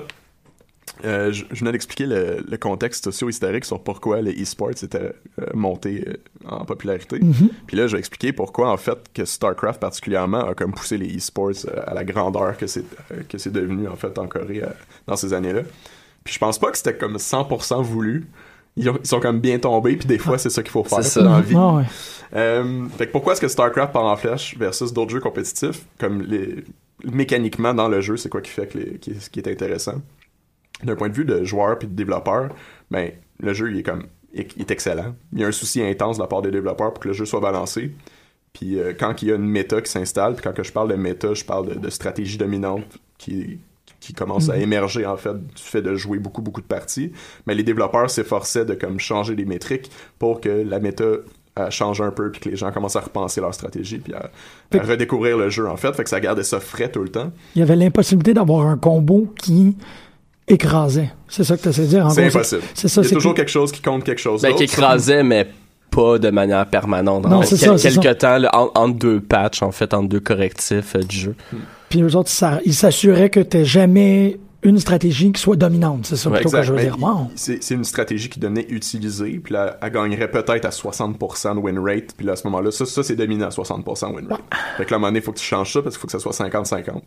je venais d'expliquer le contexte socio-historique sur pourquoi les e-sports étaient montés en popularité. Puis là, je vais expliquer pourquoi, en fait, que StarCraft particulièrement a comme poussé les e-sports à la grandeur que c'est devenu, en fait, en Corée dans ces années-là. Puis je pense pas que c'était comme 100% voulu. Ils sont comme bien tombés, puis des fois, c'est ça qu'il faut faire dans la vie. Fait que pourquoi est-ce que StarCraft part en flèche versus d'autres jeux compétitifs, comme mécaniquement dans le jeu, c'est quoi qui fait ce qui est intéressant? D'un point de vue de joueur puis de développeur, ben le jeu il est excellent. Il y a un souci intense de la part des développeurs pour que le jeu soit balancé. Puis quand il y a une méta qui s'installe, puis quand je parle de méta, je parle de stratégie dominante qui commence à émerger en fait du fait de jouer beaucoup de parties. Mais les développeurs s'efforçaient de comme changer les métriques pour que la méta change un peu puis que les gens commencent à repenser leur stratégie puis à redécouvrir le jeu en fait. Fait que ça gardait ça frais tout le temps. Il y avait l'impossibilité d'avoir un combo qui écrasait. C'est ça que tu essaies de dire. C'est impossible. Il y a toujours quelque chose qui compte quelque chose d'autre. Qui écrasait, mais pas de manière permanente. Non, c'est ça. Quelque temps, là, entre deux patchs, en fait, entre deux correctifs du jeu. Puis eux autres, ils s'assuraient que t'aies jamais une stratégie qui soit dominante. C'est ça plutôt que je veux dire. Wow. C'est une stratégie qui devenait utilisée, puis là, elle gagnerait peut-être à 60% de win rate, puis là, à ce moment-là, ça c'est dominant à 60% win rate. Fait que là, à un moment donné, il faut que tu changes ça, parce qu'il faut que ça soit 50-50.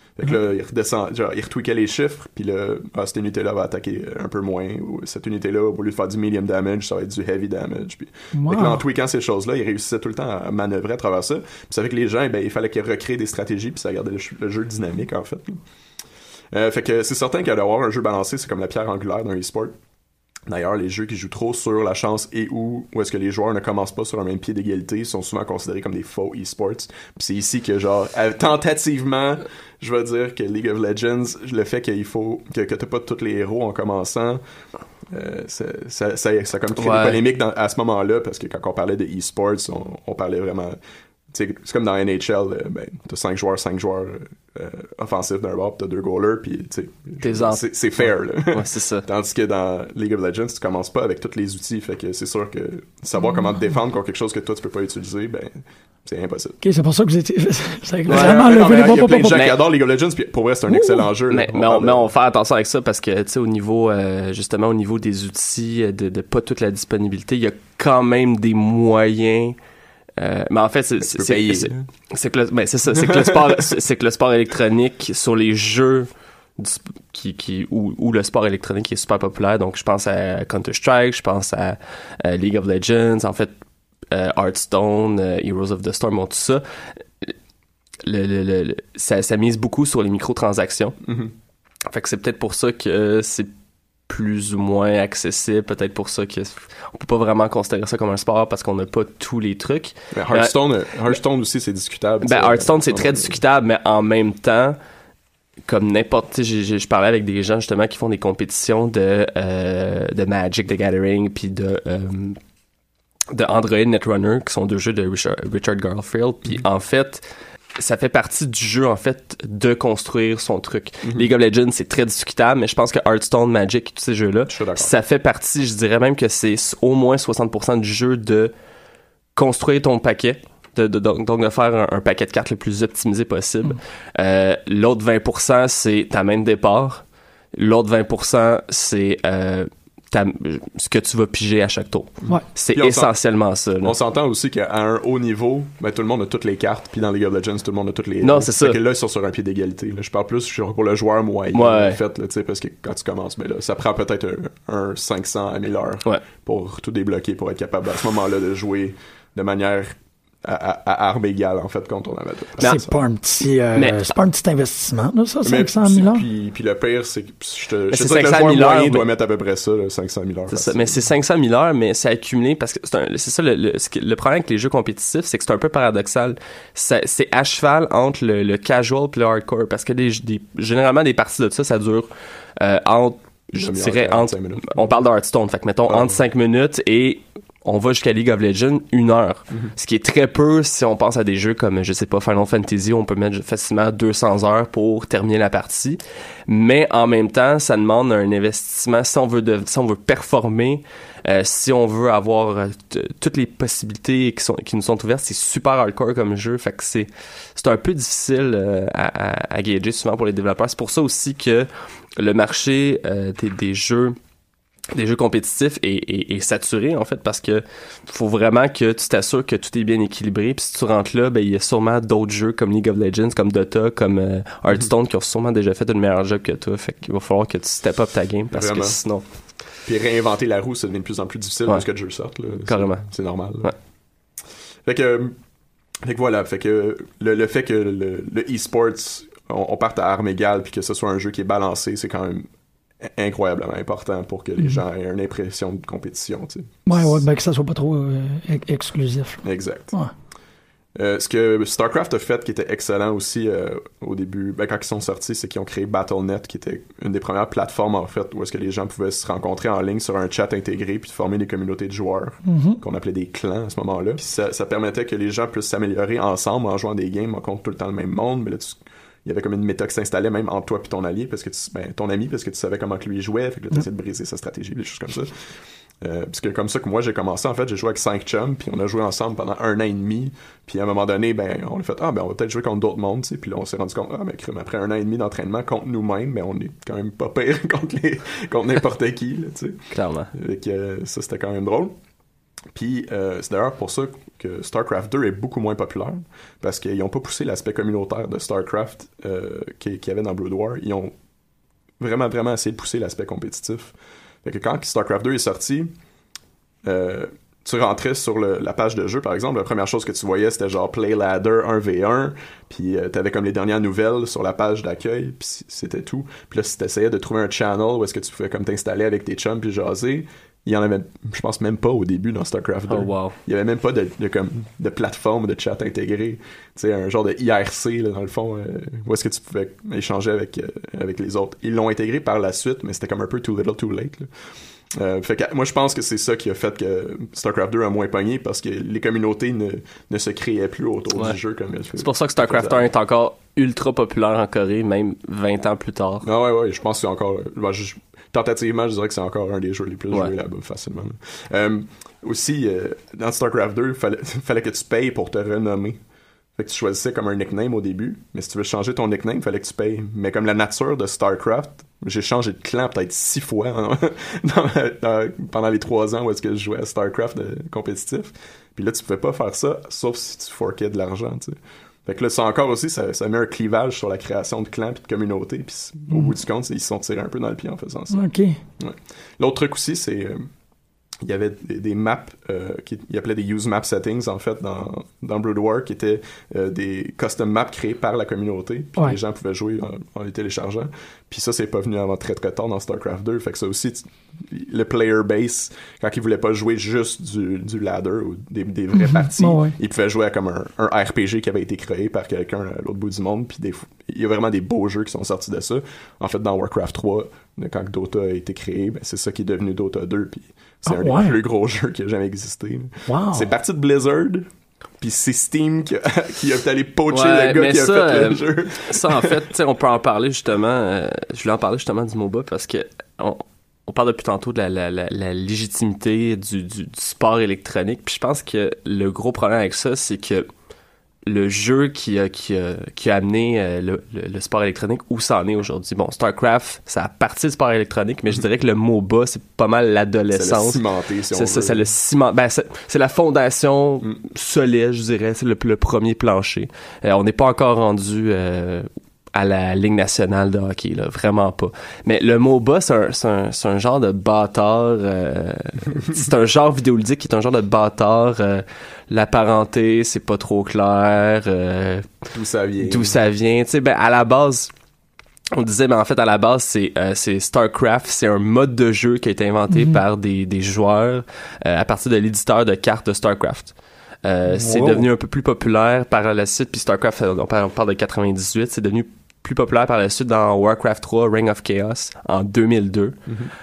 Fait que là, il redescend, genre, il retweakait les chiffres, puis là, cette unité-là va attaquer un peu moins, ou cette unité-là, au lieu de faire du medium damage, ça va être du heavy damage. Puis, fait que là, en tweakant ces choses-là, il réussissait tout le temps à manœuvrer à travers ça. Puis ça fait que les gens, ben, il fallait qu'ils recréent des stratégies, puis ça gardait le jeu dynamique, en fait. Fait que c'est certain qu'avoir un jeu balancé, c'est comme la pierre angulaire d'un e-sport. D'ailleurs, les jeux qui jouent trop sur la chance et où est-ce que les joueurs ne commencent pas sur un même pied d'égalité sont souvent considérés comme des faux e-sports. Puis c'est ici que, genre, tentativement, je vais dire que League of Legends, le fait qu'il faut que t'as pas tous les héros en commençant, ça comme crée des polémiques à ce moment-là, parce que quand on parlait de e-sports, on parlait vraiment... T'sais, c'est comme dans NHL, t'as 5 joueurs offensifs d'un bord, pis t'as 2 goalers, pis c'est fair, là. Ouais, c'est ça. Tandis que dans League of Legends, tu commences pas avec tous les outils, fait que c'est sûr que savoir comment te défendre contre quelque chose que toi tu peux pas utiliser, ben c'est impossible. Ok, c'est pour ça que vous étiez vraiment levé les bras. Il y a plein de gens qui adorent League of Legends, puis pour vrai c'est un excellent jeu. Mais on va faire attention avec ça parce que tu sais au niveau justement au niveau des outils, de pas toute la disponibilité, il y a quand même des moyens. Mais en fait, c'est que le sport électronique sur les jeux où le sport électronique est super populaire. Donc, je pense à Counter-Strike, je pense à League of Legends, en fait, Hearthstone, Heroes of the Storm, tout ça. Ça mise beaucoup sur les microtransactions. Mm-hmm. Fait que c'est peut-être pour ça que c'est plus ou moins accessible, peut-être pour ça que on peut pas vraiment considérer ça comme un sport parce qu'on n'a pas tous les trucs. Mais Hearthstone aussi c'est discutable. Hearthstone c'est très discutable, mais en même temps, comme n'importe, je parlais avec des gens justement qui font des compétitions de Magic the Gathering puis de Android Netrunner qui sont 2 jeux de Richard Garfield, puis en fait ça fait partie du jeu, en fait, de construire son truc. Mm-hmm. League of Legends, c'est très discutable, mais je pense que Hearthstone, Magic, tous ces jeux-là, ça fait partie, je dirais même que c'est au moins 60% du jeu de construire ton paquet, donc de faire un paquet de cartes le plus optimisé possible. L'autre 20%, c'est ta main de départ. L'autre 20%, c'est... ce que tu vas piger à chaque tour. Ouais. C'est essentiellement ça. Là. On s'entend aussi qu'à un haut niveau, tout le monde a toutes les cartes, puis dans League of Legends, tout le monde a toutes les... Non, c'est ça. Fait que là, ils sont sur un pied d'égalité. Là. Je parle plus pour le joueur moyen, en fait, là, parce que quand tu commences, mais là, ça prend peut-être un 500 à 1000 heures pour tout débloquer, pour être capable à ce moment-là de jouer de manière... À armes égales, en fait, contre ton adversaire. C'est pas un petit investissement, là, ça, 500 000 heures. Puis le pire, c'est que je te dis que le joueur moyen doit mettre à peu près ça, là, 500 000 heures. C'est ça, mais c'est 500 000 heures, mais c'est accumulé parce que c'est ça le problème avec les jeux compétitifs, c'est que c'est un peu paradoxal. C'est à cheval entre le casual et le hardcore, parce que généralement, des parties de ça dure entre, je dirais, on parle de Hearthstone, fait que mettons, entre 5 minutes et on va jusqu'à League of Legends 1 heure. Mm-hmm. Ce qui est très peu si on pense à des jeux comme, je sais pas, Final Fantasy, on peut mettre facilement 200 heures pour terminer la partie. Mais en même temps, ça demande un investissement si on veut performer, si on veut avoir toutes les possibilités qui nous sont ouvertes. C'est super hardcore comme jeu. Fait que c'est un peu difficile à gager souvent pour les développeurs. C'est pour ça aussi que le marché des jeux compétitifs est saturé, en fait, parce que faut vraiment que tu t'assures que tout est bien équilibré. Puis si tu rentres là, il y a sûrement d'autres jeux comme League of Legends, comme Dota, comme Hearthstone qui ont sûrement déjà fait une meilleure job que toi. Fait qu'il va falloir que tu step up ta game parce que sinon... Puis réinventer la roue, ça devient de plus en plus difficile parce que le jeu sorte. Là. Carrément. C'est normal. Ouais. Fait que voilà, fait que le fait que le e-sports, on parte à armes égales puis que ce soit un jeu qui est balancé, c'est quand même incroyablement important pour que les gens aient une impression de compétition, tu sais. Ouais, que ça soit pas trop exclusif. Exact. Ouais. Ce que StarCraft a fait qui était excellent aussi au début, quand ils sont sortis, c'est qu'ils ont créé Battle.net qui était une des premières plateformes en fait où est-ce que les gens pouvaient se rencontrer en ligne sur un chat intégré puis former des communautés de joueurs qu'on appelait des clans à ce moment-là. Puis ça permettait que les gens puissent s'améliorer ensemble en jouant des games contre tout le temps le même monde, mais là il y avait comme une méta qui s'installait même entre toi et ton allié parce que ton ami parce que tu savais comment que lui jouait, fait que là t'essayais de briser sa stratégie, des choses comme ça. Parce que comme ça que moi j'ai commencé, en fait j'ai joué avec 5 chums puis on a joué ensemble pendant 1 an et demi, puis à un moment donné on a fait on va peut-être jouer contre d'autres mondes, tu sais, puis là on s'est rendu compte après 1 an et demi d'entraînement contre nous-mêmes, on est quand même pas pire contre n'importe qui là, tu sais. Clairement. Ça c'était quand même drôle. Puis c'est d'ailleurs pour ça que StarCraft 2 est beaucoup moins populaire, parce qu'ils n'ont pas poussé l'aspect communautaire de StarCraft qu'il y avait dans Brood War. Ils ont vraiment essayé de pousser l'aspect compétitif. Fait que quand StarCraft 2 est sorti, tu rentrais sur la page de jeu, par exemple, la première chose que tu voyais, c'était genre Play Ladder 1v1, puis t'avais comme les dernières nouvelles sur la page d'accueil, puis c'était tout. Puis là, si t'essayais de trouver un channel où est-ce que tu pouvais comme t'installer avec tes chums puis jaser, il y en avait, je pense, même pas au début dans StarCraft 2. Oh, wow. Il y avait même pas de plateforme de chat intégrée. Tu sais, un genre de IRC, là, dans le fond, où est-ce que tu pouvais échanger avec les autres. Ils l'ont intégré par la suite, mais c'était comme un peu too little, too late, là. Fait que moi je pense que c'est ça qui a fait que StarCraft 2 a moins pogné, parce que les communautés ne se créaient plus autour du jeu comme c'est pour ça que StarCraft 1 est encore ultra populaire en Corée, même 20 ans plus tard. Ah ouais, je pense que c'est encore tentativement, je dirais que c'est encore un des jeux les plus joués là-bas facilement. Aussi dans StarCraft 2, fallait que tu payes pour te renommer. Fait que tu choisissais comme un nickname au début, mais si tu veux changer ton nickname, il fallait que tu payes. Mais comme la nature de StarCraft, j'ai changé de clan peut-être 6 fois pendant les 3 ans où est-ce que je jouais à StarCraft compétitif. Puis là, tu pouvais pas faire ça, sauf si tu forquais de l'argent, tu sais. Fait que là, ça encore aussi, ça met un clivage sur la création de clans puis de communautés. Puis au bout du compte, ils se sont tirés un peu dans le pied en faisant ça. OK. Ouais. L'autre truc aussi, c'est... il y avait des maps qu'ils appelaient des use map settings en fait dans Brood War, qui étaient des custom maps créés par la communauté, puis les gens pouvaient jouer en les téléchargeant. Puis ça, c'est pas venu avant très très tard dans StarCraft 2. Fait que ça aussi, le player base, quand ils voulaient pas jouer juste du ladder ou des vraies parties, ils pouvaient jouer à comme un RPG qui avait été créé par quelqu'un à l'autre bout du monde. Puis il y a vraiment des beaux jeux qui sont sortis de ça. En fait, dans Warcraft 3, quand Dota a été créé, c'est ça qui est devenu Dota 2. Puis c'est un des plus gros jeux qui a jamais existé. Wow. C'est parti de Blizzard, puis c'est Steam qui a allé poacher le gars qui a fait le jeu. Ça, en fait, on peut en parler justement. Je voulais en parler justement du MOBA parce que on parle depuis tantôt de la légitimité du sport électronique. Puis je pense que le gros problème avec ça, c'est que le jeu qui a amené le sport électronique où ça en est aujourd'hui. Bon, StarCraft, ça a parti du sport électronique, mais je dirais que le MOBA, c'est pas mal l'adolescence. C'est le cimenté, si on veut. C'est le ciment. Ben, c'est la fondation solide, je dirais. C'est le premier plancher. On n'est pas encore rendu à la Ligue nationale de hockey, là, vraiment pas. Mais le MOBA, c'est un genre de bâtard. C'est un genre vidéoludique qui est un genre de bâtard. La parenté, c'est pas trop clair. D'où ça vient. Tu sais, ben à la base, on disait, mais en fait à la base c'est StarCraft, c'est un mode de jeu qui a été inventé par des joueurs à partir de l'éditeur de cartes de StarCraft. C'est devenu un peu plus populaire par la suite, puis StarCraft, on parle de 98, c'est devenu plus populaire par la suite dans Warcraft 3 Ring of Chaos en 2002.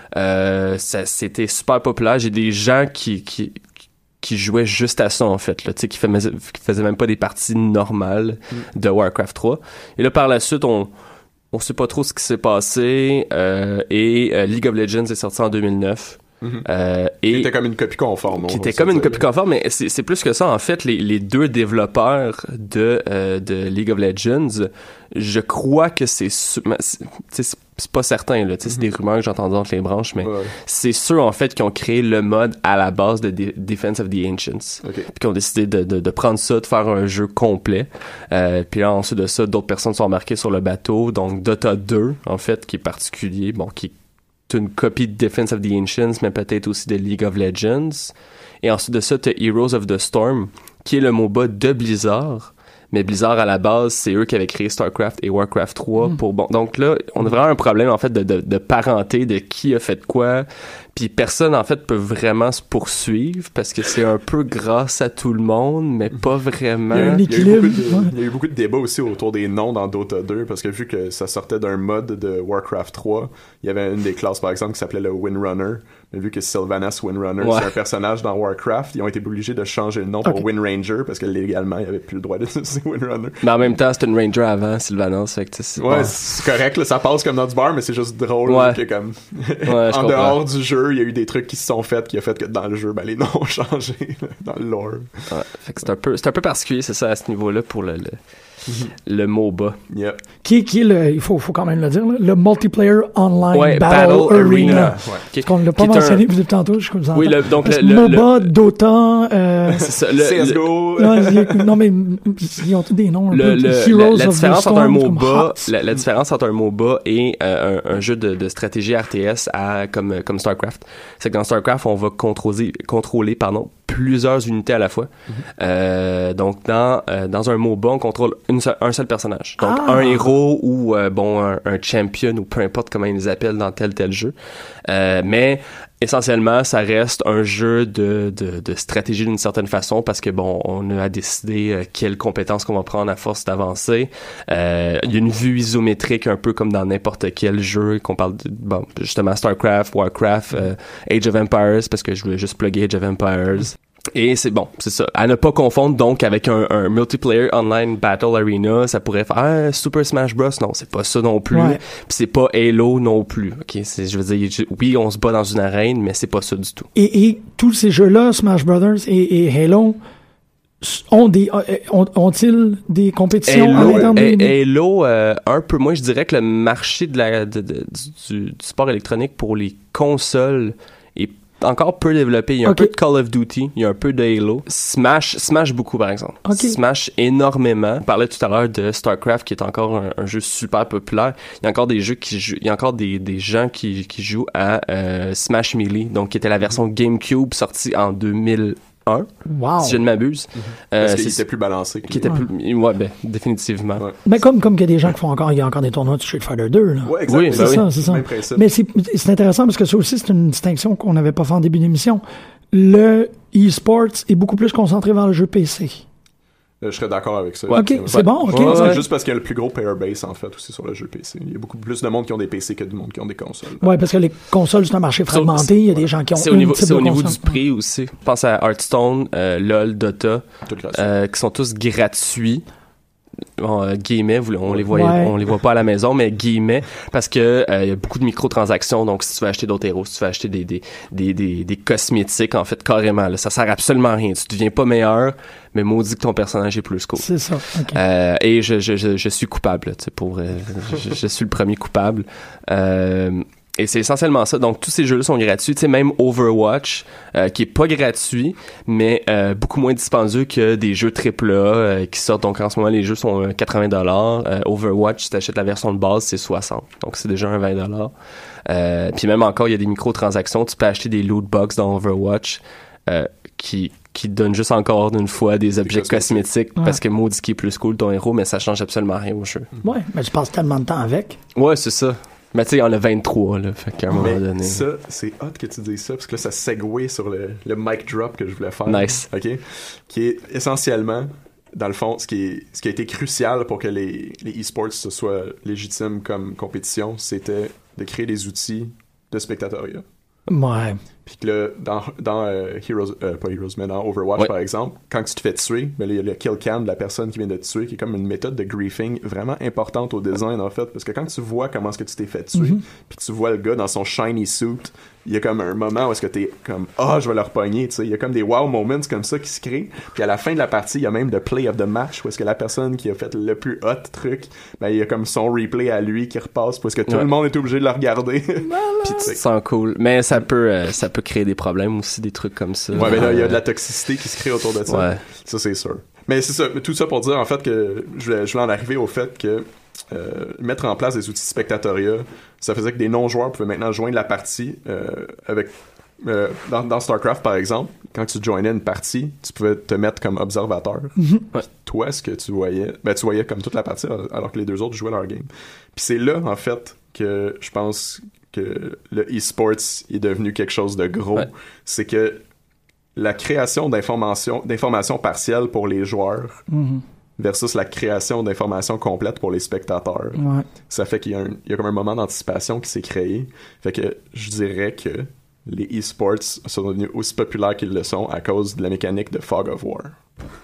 C'était super populaire. J'ai des gens qui jouaient juste à ça, en fait, là, tu sais, qui faisaient même pas des parties normales de Warcraft 3. Et là, par la suite, on sait pas trop ce qui s'est passé, et League of Legends est sorti en 2009. Qui était comme une copie conforme. Qui était comme une copie conforme, mais c'est plus que ça. En fait, les deux développeurs de League of Legends, je crois que c'est pas certain, là. C'est des rumeurs que j'ai entendues entre les branches, mais c'est ceux, en fait, qui ont créé le mode à la base de Defense of the Ancients. Puis qui ont décidé de prendre ça, de faire un jeu complet. Puis là, ensuite de ça, d'autres personnes sont embarquées sur le bateau. Donc, Dota 2, en fait, qui est particulier, bon, qui une copie de Defense of the Ancients, mais peut-être aussi de League of Legends. Et ensuite de ça, t'as Heroes of the Storm, qui est le MOBA de Blizzard. Mais Blizzard, à la base, c'est eux qui avaient créé StarCraft et Warcraft 3. Donc là, on a vraiment un problème, en fait, de parenté, de qui a fait quoi. Puis personne, en fait, peut vraiment se poursuivre parce que c'est un peu grâce à tout le monde, mais pas vraiment. Il y a un équilibre. Il y a eu beaucoup de débats aussi autour des noms dans Dota 2 parce que vu que ça sortait d'un mode de Warcraft 3, il y avait une des classes, par exemple, qui s'appelait le Windrunner. Mais vu que Sylvanas Windrunner, c'est un personnage dans Warcraft, ils ont été obligés de changer le nom pour Windranger parce que légalement, ils n'avaient plus le droit d'utiliser Windrunner. Mais en même temps, c'était une Ranger avant, Sylvanas. Fait que c'est correct, là, ça passe comme dans du bar, mais c'est juste drôle que comme en dehors du jeu, jeu, il y a eu des trucs qui se sont faits qui a fait que dans le jeu, ben les noms ont changé dans le lore. Ouais, fait que c'est un peu particulier, c'est ça, à ce niveau-là pour le MOBA. Yep. Qui est le, il faut quand même le dire, le Multiplayer Online Battle Arena. Parce qu'on ne l'a pas mentionné depuis tantôt, je vous entends. Oui, donc MOBA, Dota, c'est ça, CSGO. Non, mais ils ont tous des noms. La différence entre un MOBA, la différence entre un MOBA et un jeu de stratégie RTS comme StarCraft, c'est que dans StarCraft, on va contrôler plusieurs unités à la fois. Donc dans un MOBA, on contrôle un seul personnage. Donc un héros ou un champion ou peu importe comment ils les appellent dans tel jeu. Mais essentiellement, ça reste un jeu de stratégie d'une certaine façon parce que on a à décider quelles compétences qu'on va prendre à force d'avancer. Il y a une vue isométrique un peu comme dans n'importe quel jeu qu'on parle de, justement StarCraft, Warcraft, Age of Empires parce que je voulais juste plugger Age of Empires. Et c'est ça. À ne pas confondre donc avec un multiplayer online battle arena, ça pourrait faire Super Smash Bros. Non, c'est pas ça non plus. Ouais. Puis c'est pas Halo non plus. Ok, je veux dire, oui, on se bat dans une arène, mais c'est pas ça du tout. Et tous ces jeux-là, Smash Brothers et Halo, ont-ils des compétitions Halo, à l'intérieur Halo, un peu moins, je dirais que le marché du sport électronique pour les consoles est encore peu développé. Il y a un peu de Call of Duty, il y a un peu de Halo. Smash beaucoup, par exemple. Smash énormément. On parlait tout à l'heure de StarCraft, qui est encore un jeu super populaire. Il y a encore des jeux il y a encore des gens qui jouent à Smash Melee, donc qui était la version GameCube sortie en 2001. Wow. Si je ne m'abuse. Parce qu'il était plus balancé. Définitivement. Ouais. Mais comme qu'il y a des gens qui font encore, il y a encore des tournois de Street Fighter 2, là. Ouais, exactement. Oui, c'est ça. Même principe. Mais c'est intéressant parce que ça aussi, c'est une distinction qu'on n'avait pas fait en début d'émission. Le e-sports est beaucoup plus concentré vers le jeu PC. Je serais d'accord avec ça. Ok, c'est bon, ok. C'est juste parce qu'il y a le plus gros player base, en fait, aussi sur le jeu PC. Il y a beaucoup plus de monde qui ont des PC que de monde qui ont des consoles. Ouais, parce que les consoles, c'est un marché fragmenté. Il y a des gens qui ont c'est au niveau du prix aussi. Je pense à Hearthstone, LoL, Dota, qui sont tous gratuits. Guillemets, on les voit pas à la maison, mais guillemets, parce que il y a beaucoup de microtransactions. Donc si tu veux acheter d'autres héros, si tu veux acheter des cosmétiques, en fait, carrément, là, ça sert absolument à rien. Tu deviens pas meilleur, mais maudit que ton personnage est plus cool. C'est ça. Okay. Et je suis coupable, tu sais, je suis le premier coupable. Et c'est essentiellement ça. Donc, tous ces jeux-là sont gratuits. Tu sais, même Overwatch, qui est pas gratuit, mais beaucoup moins dispendieux que des jeux AAA qui sortent. Donc, en ce moment, les jeux sont $80. Overwatch, si t'achètes la version de base, c'est 60. Donc, c'est déjà un $20. Puis même encore, il y a des microtransactions. Tu peux acheter des loot box dans Overwatch qui donnent juste encore une fois des objets cosmétiques parce que maudit qui est plus cool ton héros, mais ça change absolument rien au jeu. Ouais, mais tu passes tellement de temps avec. Ouais, c'est ça. Mais tu sais, il y en a 23, là, fait qu'à un moment donné... Ça, c'est hot que tu dises ça, parce que là, ça segue sur le mic drop que je voulais faire. Nice. OK? Qui est essentiellement, dans le fond, ce qui a été crucial pour que les e-sports se soient légitimes comme compétition, c'était de créer des outils de spectatoriat. Ouais. Puis que là, dans Overwatch, par exemple, quand tu te fais tuer, ben, il y a le kill cam de la personne qui vient de te tuer, qui est comme une méthode de griefing vraiment importante au design, en fait, parce que quand tu vois comment est-ce que tu t'es fait tuer, puis tu vois le gars dans son shiny suit, il y a comme un moment où est-ce que t'es comme je vais le repogner, tu sais, il y a comme des wow moments comme ça qui se créent, puis à la fin de la partie, il y a même le play of the match, où est-ce que la personne qui a fait le plus hot truc, ben il y a comme son replay à lui qui repasse, parce que tout le monde est obligé de le regarder. Puis tu te sens cool, mais ça peut créer des problèmes aussi, des trucs comme ça. Ouais, mais là il y a de la toxicité qui se crée autour de ça. Ouais. Ça c'est sûr. Mais c'est ça, tout ça pour dire en fait que je voulais en arriver au fait que mettre en place des outils de spectatoriat, ça faisait que des non-joueurs pouvaient maintenant joindre la partie avec dans StarCraft par exemple, quand tu joignais une partie, tu pouvais te mettre comme observateur. Ouais. Toi, ce que tu voyais, tu voyais comme toute la partie alors que les deux autres jouaient leur game. Puis c'est là en fait que je pense que le e-sports est devenu quelque chose de gros. Ouais. C'est que la création d'informations partielles pour les joueurs versus la création d'informations complètes pour les spectateurs. Ouais. Ça fait qu'il y a comme un moment d'anticipation qui s'est créé. Fait que je dirais que les e-sports sont devenus aussi populaires qu'ils le sont à cause de la mécanique de Fog of War.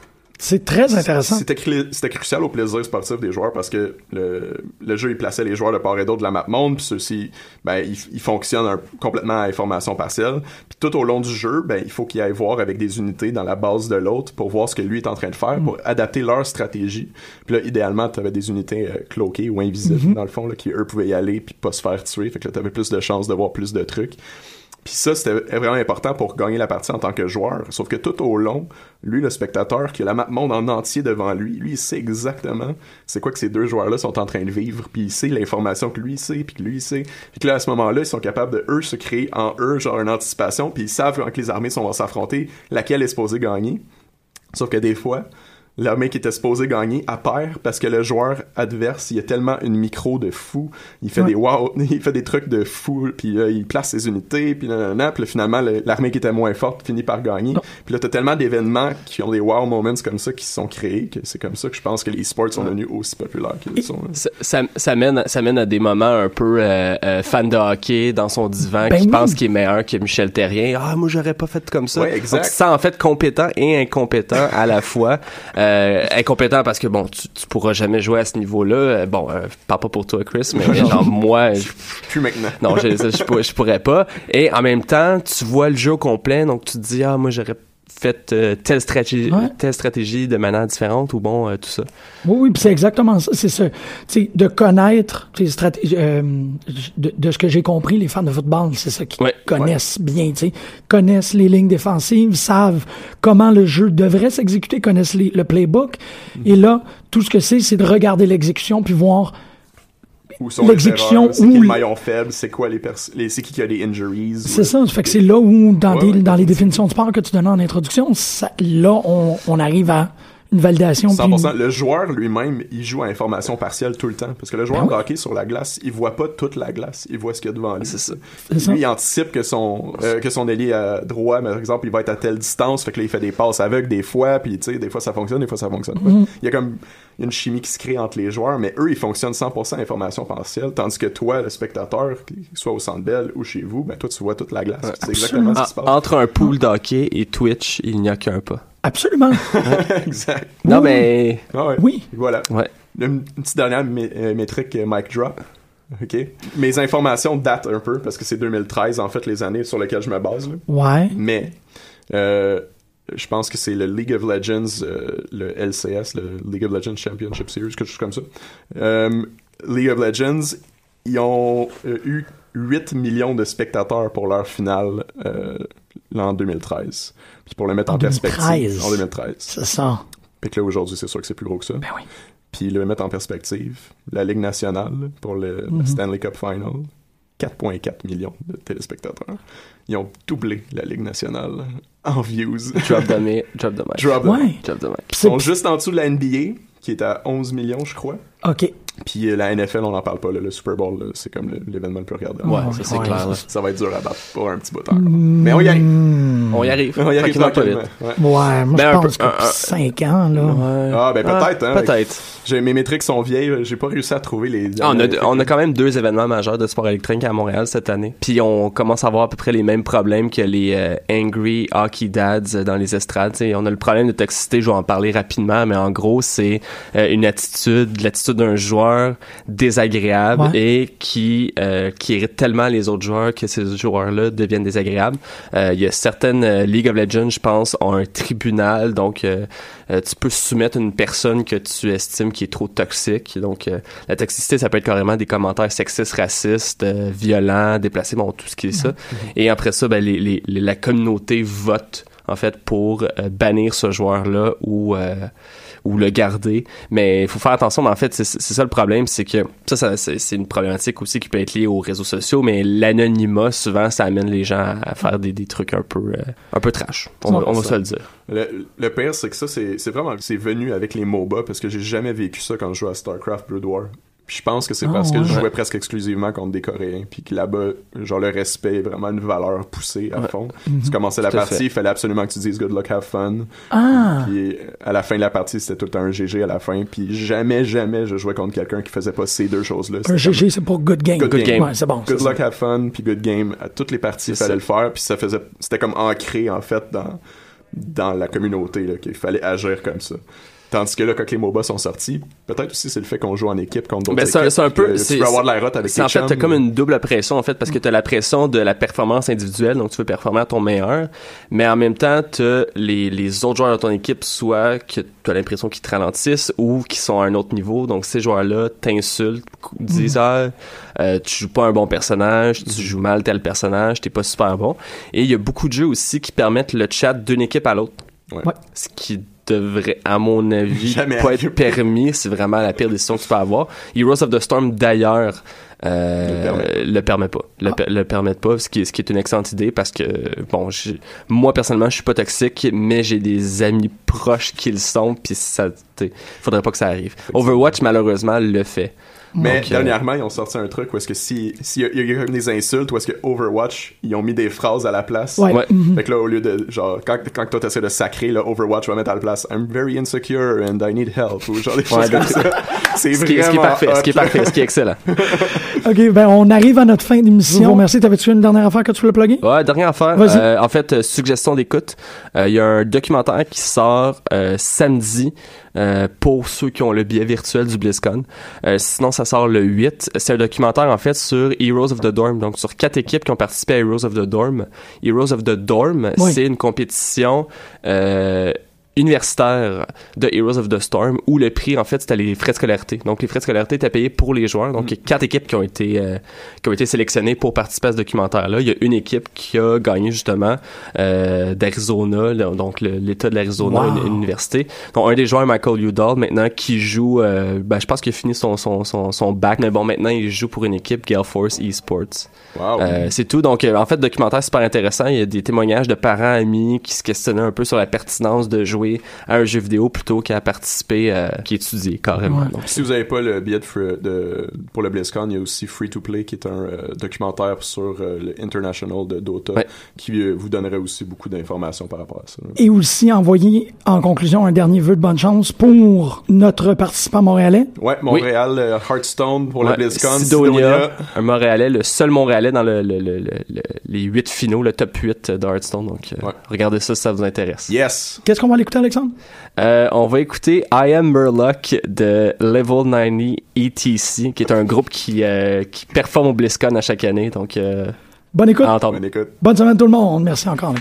C'est très intéressant. C'était crucial au plaisir sportif des joueurs parce que le jeu, il plaçait les joueurs de part et d'autre de la map monde, puis ceux-ci, ils fonctionnent complètement à information partielle. Puis tout au long du jeu, il faut qu'ils aillent voir avec des unités dans la base de l'autre pour voir ce que lui est en train de faire, pour adapter leur stratégie. Puis là, idéalement, tu avais des unités cloquées ou invisibles, dans le fond, là, qui, eux, pouvaient y aller puis pas se faire tuer. Fait que là, tu avais plus de chances de voir plus de trucs. Puis ça, c'était vraiment important pour gagner la partie en tant que joueur. Sauf que tout au long, lui, le spectateur, qui a la map monde en entier devant lui, il sait exactement c'est quoi que ces deux joueurs-là sont en train de vivre. Puis il sait l'information que lui, il sait, puis que lui, il sait. Puis que là, à ce moment-là, ils sont capables de, eux, se créer en eux, genre, une anticipation. Puis ils savent, quand les armées vont s'affronter, laquelle est supposée gagner. Sauf que des fois, l'armée qui était supposée gagner, elle perd parce que le joueur adverse, il a tellement une micro de fou, il fait il fait des trucs de fou, puis il place ses unités, puis là, finalement, l'armée qui était moins forte finit par gagner. Puis là, t'as tellement d'événements qui ont des wow moments comme ça qui se sont créés, que c'est comme ça que je pense que les e-sports sont devenus aussi populaires qu'ils sont. Ça mène à des moments un peu fan de hockey dans son divan qui pense qu'il est meilleur que Michel Therrien. Ah, moi, j'aurais pas fait comme ça. Ouais, exact. Donc, tu te sens en fait compétent et incompétent à la fois. Incompétent parce que bon, tu pourras jamais jouer à ce niveau-là. Parle pas pour toi, Chris, mais genre moi, plus maintenant. Non, je pourrais pas. Et en même temps, tu vois le jeu au complet, donc tu te dis moi j'aurais fait telle stratégie de manière différente ou tout ça. Oui, puis c'est exactement ça. C'est ça. Tu sais, de connaître les stratégies, de ce que j'ai compris, les fans de football, c'est ça qu'ils connaissent bien, tu sais, connaissent les lignes défensives, savent comment le jeu devrait s'exécuter, connaissent le playbook. Et là, tout ce que c'est de regarder l'exécution puis voir où sont l'exécution, c'est quel maillon faible, c'est quoi c'est qui a des injuries. C'est ça, fait que c'est là où, dans les définitions de sport que tu donnais en introduction, là, on arrive à une validation. 100%. Puis... Le joueur lui-même, il joue à information partielle tout le temps. Parce que le joueur de hockey sur la glace, il voit pas toute la glace. Il voit ce qu'il y a devant lui. C'est ça. Lui, il anticipe que son ailier à droit, par exemple, il va être à telle distance. Fait que là, il fait des passes aveugles des fois. Puis, tu sais, des fois, ça fonctionne, des fois, ça fonctionne pas. Il y a comme une chimie qui se crée entre les joueurs. Mais eux, ils fonctionnent 100% information partielle. Tandis que toi, le spectateur, soit au Centre Bell ou chez vous, toi, tu vois toute la glace. C'est exactement ce qui se passe. Entre un pool d'hockey et Twitch, il n'y a qu'un pas. Absolument. Exact. Non, mais... Oui. Voilà. Ouais. Une petite dernière métrique mic drop. OK. Mes informations datent un peu parce que c'est 2013, en fait, les années sur lesquelles je me base. Là. Ouais. Mais je pense que c'est le League of Legends, le LCS, le League of Legends Championship Series, quelque chose comme ça. League of Legends, ils ont eu 8 millions de spectateurs pour leur finale en 2013. Puis pour le mettre en perspective... En 2013. C'est ça. Puis que là, aujourd'hui, c'est sûr que c'est plus gros que ça. Ben oui. Puis le mettre en perspective, la Ligue nationale, pour le Stanley Cup Final, 4,4 millions de téléspectateurs. Ils ont doublé la Ligue nationale en views. Drop the mic. Drop the mic. Ils sont juste en dessous de la NBA, qui est à 11 millions, je crois. OK. Puis la NFL, on n'en parle pas. Là, le Super Bowl, là, c'est comme l'événement le plus regardé. Ouais, ça c'est clair. Là. Ça va être dur à battre pour un petit bout de temps. Mais on y arrive. On y arrive. On y arrive tranquillement. Ouais, moi je pense que 5 ans, là. Ouais. Ah, peut-être. Hein, peut-être. Mes métriques sont vieilles. J'ai pas réussi à trouver les... on a quand même 2 événements majeurs de sport électronique à Montréal cette année. Puis on commence à avoir à peu près les mêmes problèmes que les Angry Hockey Dads dans les estrades. T'sais, on a le problème de toxicité, je vais en parler rapidement, mais en gros, c'est l'attitude d'un joueur désagréable et qui irrite tellement les autres joueurs que ces joueurs-là deviennent désagréables. Il y a certaines League of Legends, je pense, ont un tribunal, donc tu peux soumettre une personne que tu estimes qui est trop toxique. Donc la toxicité, ça peut être carrément des commentaires sexistes, racistes, violents, déplacés, tout ce qui est ça. Et après ça, la communauté vote en fait pour bannir ce joueur-là ou le garder. Mais il faut faire attention, mais en fait, c'est ça le problème, c'est que ça c'est une problématique aussi qui peut être liée aux réseaux sociaux, mais l'anonymat, souvent, ça amène les gens à faire des trucs un peu trash. On va se le dire. Le pire, c'est que ça, c'est venu avec les MOBA, parce que j'ai jamais vécu ça quand je jouais à StarCraft Brood War. Puis je pense que c'est parce que je jouais presque exclusivement contre des Coréens, puis que là-bas, genre, le respect est vraiment une valeur poussée à fond. Tu commençais la partie, il fallait absolument que tu dises « good luck, have fun ». Puis à la fin de la partie, c'était tout le temps un GG à la fin, puis jamais je jouais contre quelqu'un qui faisait pas ces 2 choses-là. Un GG, c'est pour good game. Good game. Ouais, c'est bon. Good luck, have fun, puis good game. À toutes les parties, il fallait le faire, puis c'était comme ancré, en fait, dans la communauté, là, qu'il fallait agir comme ça. Tandis que là, quand les MOBA sont sortis, peut-être aussi c'est le fait qu'on joue en équipe contre d'autres équipes. C'est un peu, tu peux avoir de la rote avec tes chums. En fait, t'as comme une double pression, en fait, parce que t'as la pression de la performance individuelle, donc tu veux performer à ton meilleur, mais en même temps, t'as les autres joueurs de ton équipe, soit que t'as l'impression qu'ils te ralentissent ou qu'ils sont à un autre niveau, donc ces joueurs-là t'insultent, disent tu joues pas un bon personnage, tu joues mal tel personnage, t'es pas super bon. Et il y a beaucoup de jeux aussi qui permettent le chat d'une équipe à l'autre. Ouais. Ce qui devrait, à mon avis, pas être permis. C'est vraiment la pire décision que tu peux avoir. Heroes of the Storm, d'ailleurs, le permet pas. Le permet pas, ce qui est une excellente idée parce que, bon, moi, personnellement, je suis pas toxique, mais j'ai des amis proches qui le sont, puis ça, faudrait pas que ça arrive. Overwatch, malheureusement, le fait. Mais dernièrement, ils ont sorti un truc où est-ce que s'il y a comme des insultes, où est-ce que Overwatch, ils ont mis des phrases à la place. Ouais. Fait que là, au lieu de, genre, quand toi t'essaies de sacrer, là, Overwatch va mettre à la place I'm very insecure and I need help, ou genre des choses comme ça. C'est ce qui est parfait, ce qui est excellent. OK, ben on arrive à notre fin d'émission. Merci. T'avais-tu une dernière affaire que tu voulais plugger? Ouais, dernière affaire. En fait, suggestion d'écoute. Il y a un documentaire qui sort samedi pour ceux qui ont le billet virtuel du BlizzCon. Sinon, ça sort le 8. C'est un documentaire, en fait, sur Heroes of the Dorm. Donc, sur 4 équipes qui ont participé à Heroes of the Dorm. Heroes of the Dorm, c'est une compétition universitaire de Heroes of the Storm où le prix, en fait, c'était les frais de scolarité. Donc, les frais de scolarité étaient payés pour les joueurs. Donc, il y a 4 équipes qui ont été sélectionnées pour participer à ce documentaire-là. Il y a une équipe qui a gagné, justement, d'Arizona, donc l'État de l'Arizona, une université. Donc, un des joueurs, Michael Udall, maintenant, qui joue, je pense qu'il a fini son bac, mais bon, maintenant, il joue pour une équipe, Gale Force Esports. Wow. C'est tout. Donc, en fait, le documentaire, super intéressant. Il y a des témoignages de parents, amis qui se questionnaient un peu sur la pertinence de jouer à un jeu vidéo plutôt qu'à participer qui étudier carrément. Ouais. Donc, si vous n'avez pas le billet pour le BlizzCon, il y a aussi Free to Play qui est un documentaire sur le International de Dota qui vous donnerait aussi beaucoup d'informations par rapport à ça. Et aussi envoyer en conclusion un dernier vœu de bonne chance pour notre participant montréalais. Ouais, Montréal, Hearthstone pour le BlizzCon. Sidonia, un Montréalais, le seul Montréalais dans les 8 finaux, le top 8 de Hearthstone. Donc, regardez ça si ça vous intéresse. Yes! Qu'est-ce qu'on va l'écouter, Alexandre? On va écouter I Am Murloc de Level 90 ETC, qui est un groupe qui performe au BlizzCon à chaque année. Donc, bonne écoute. Bonne écoute. Bonne semaine tout le monde. Merci encore.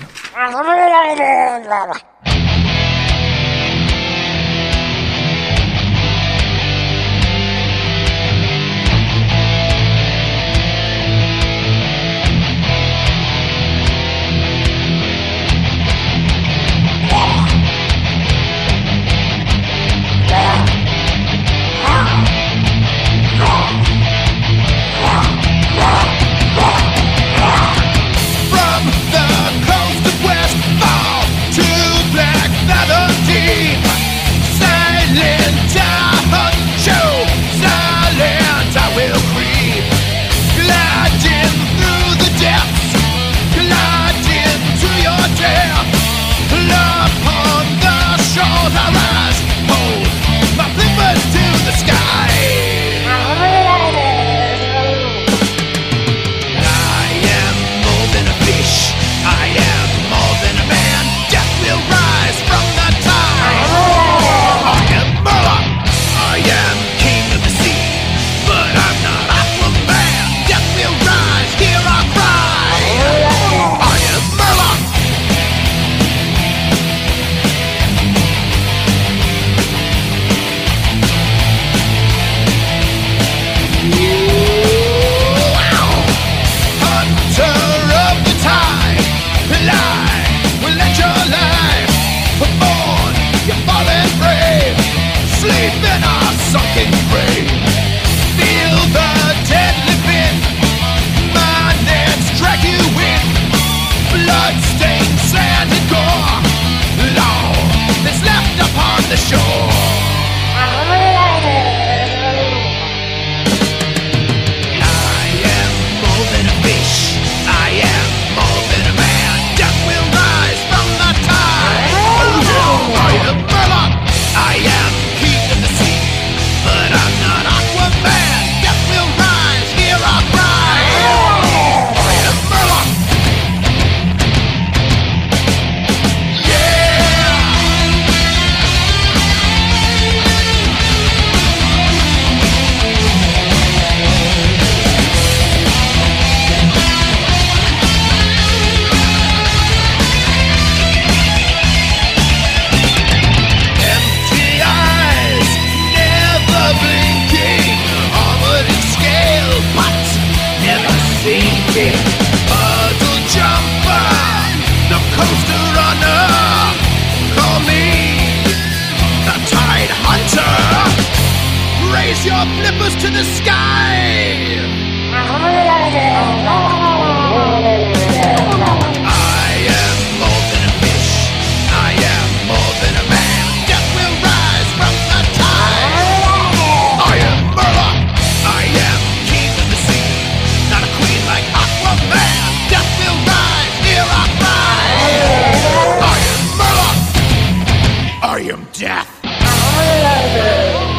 flippers to the sky. I am more than a fish. I am more than a man. Death will rise from the tide. I am Murloc. I am king of the sea. Not a queen like Aquaman. Death will rise, hear our cry. I am Murloc. I am death.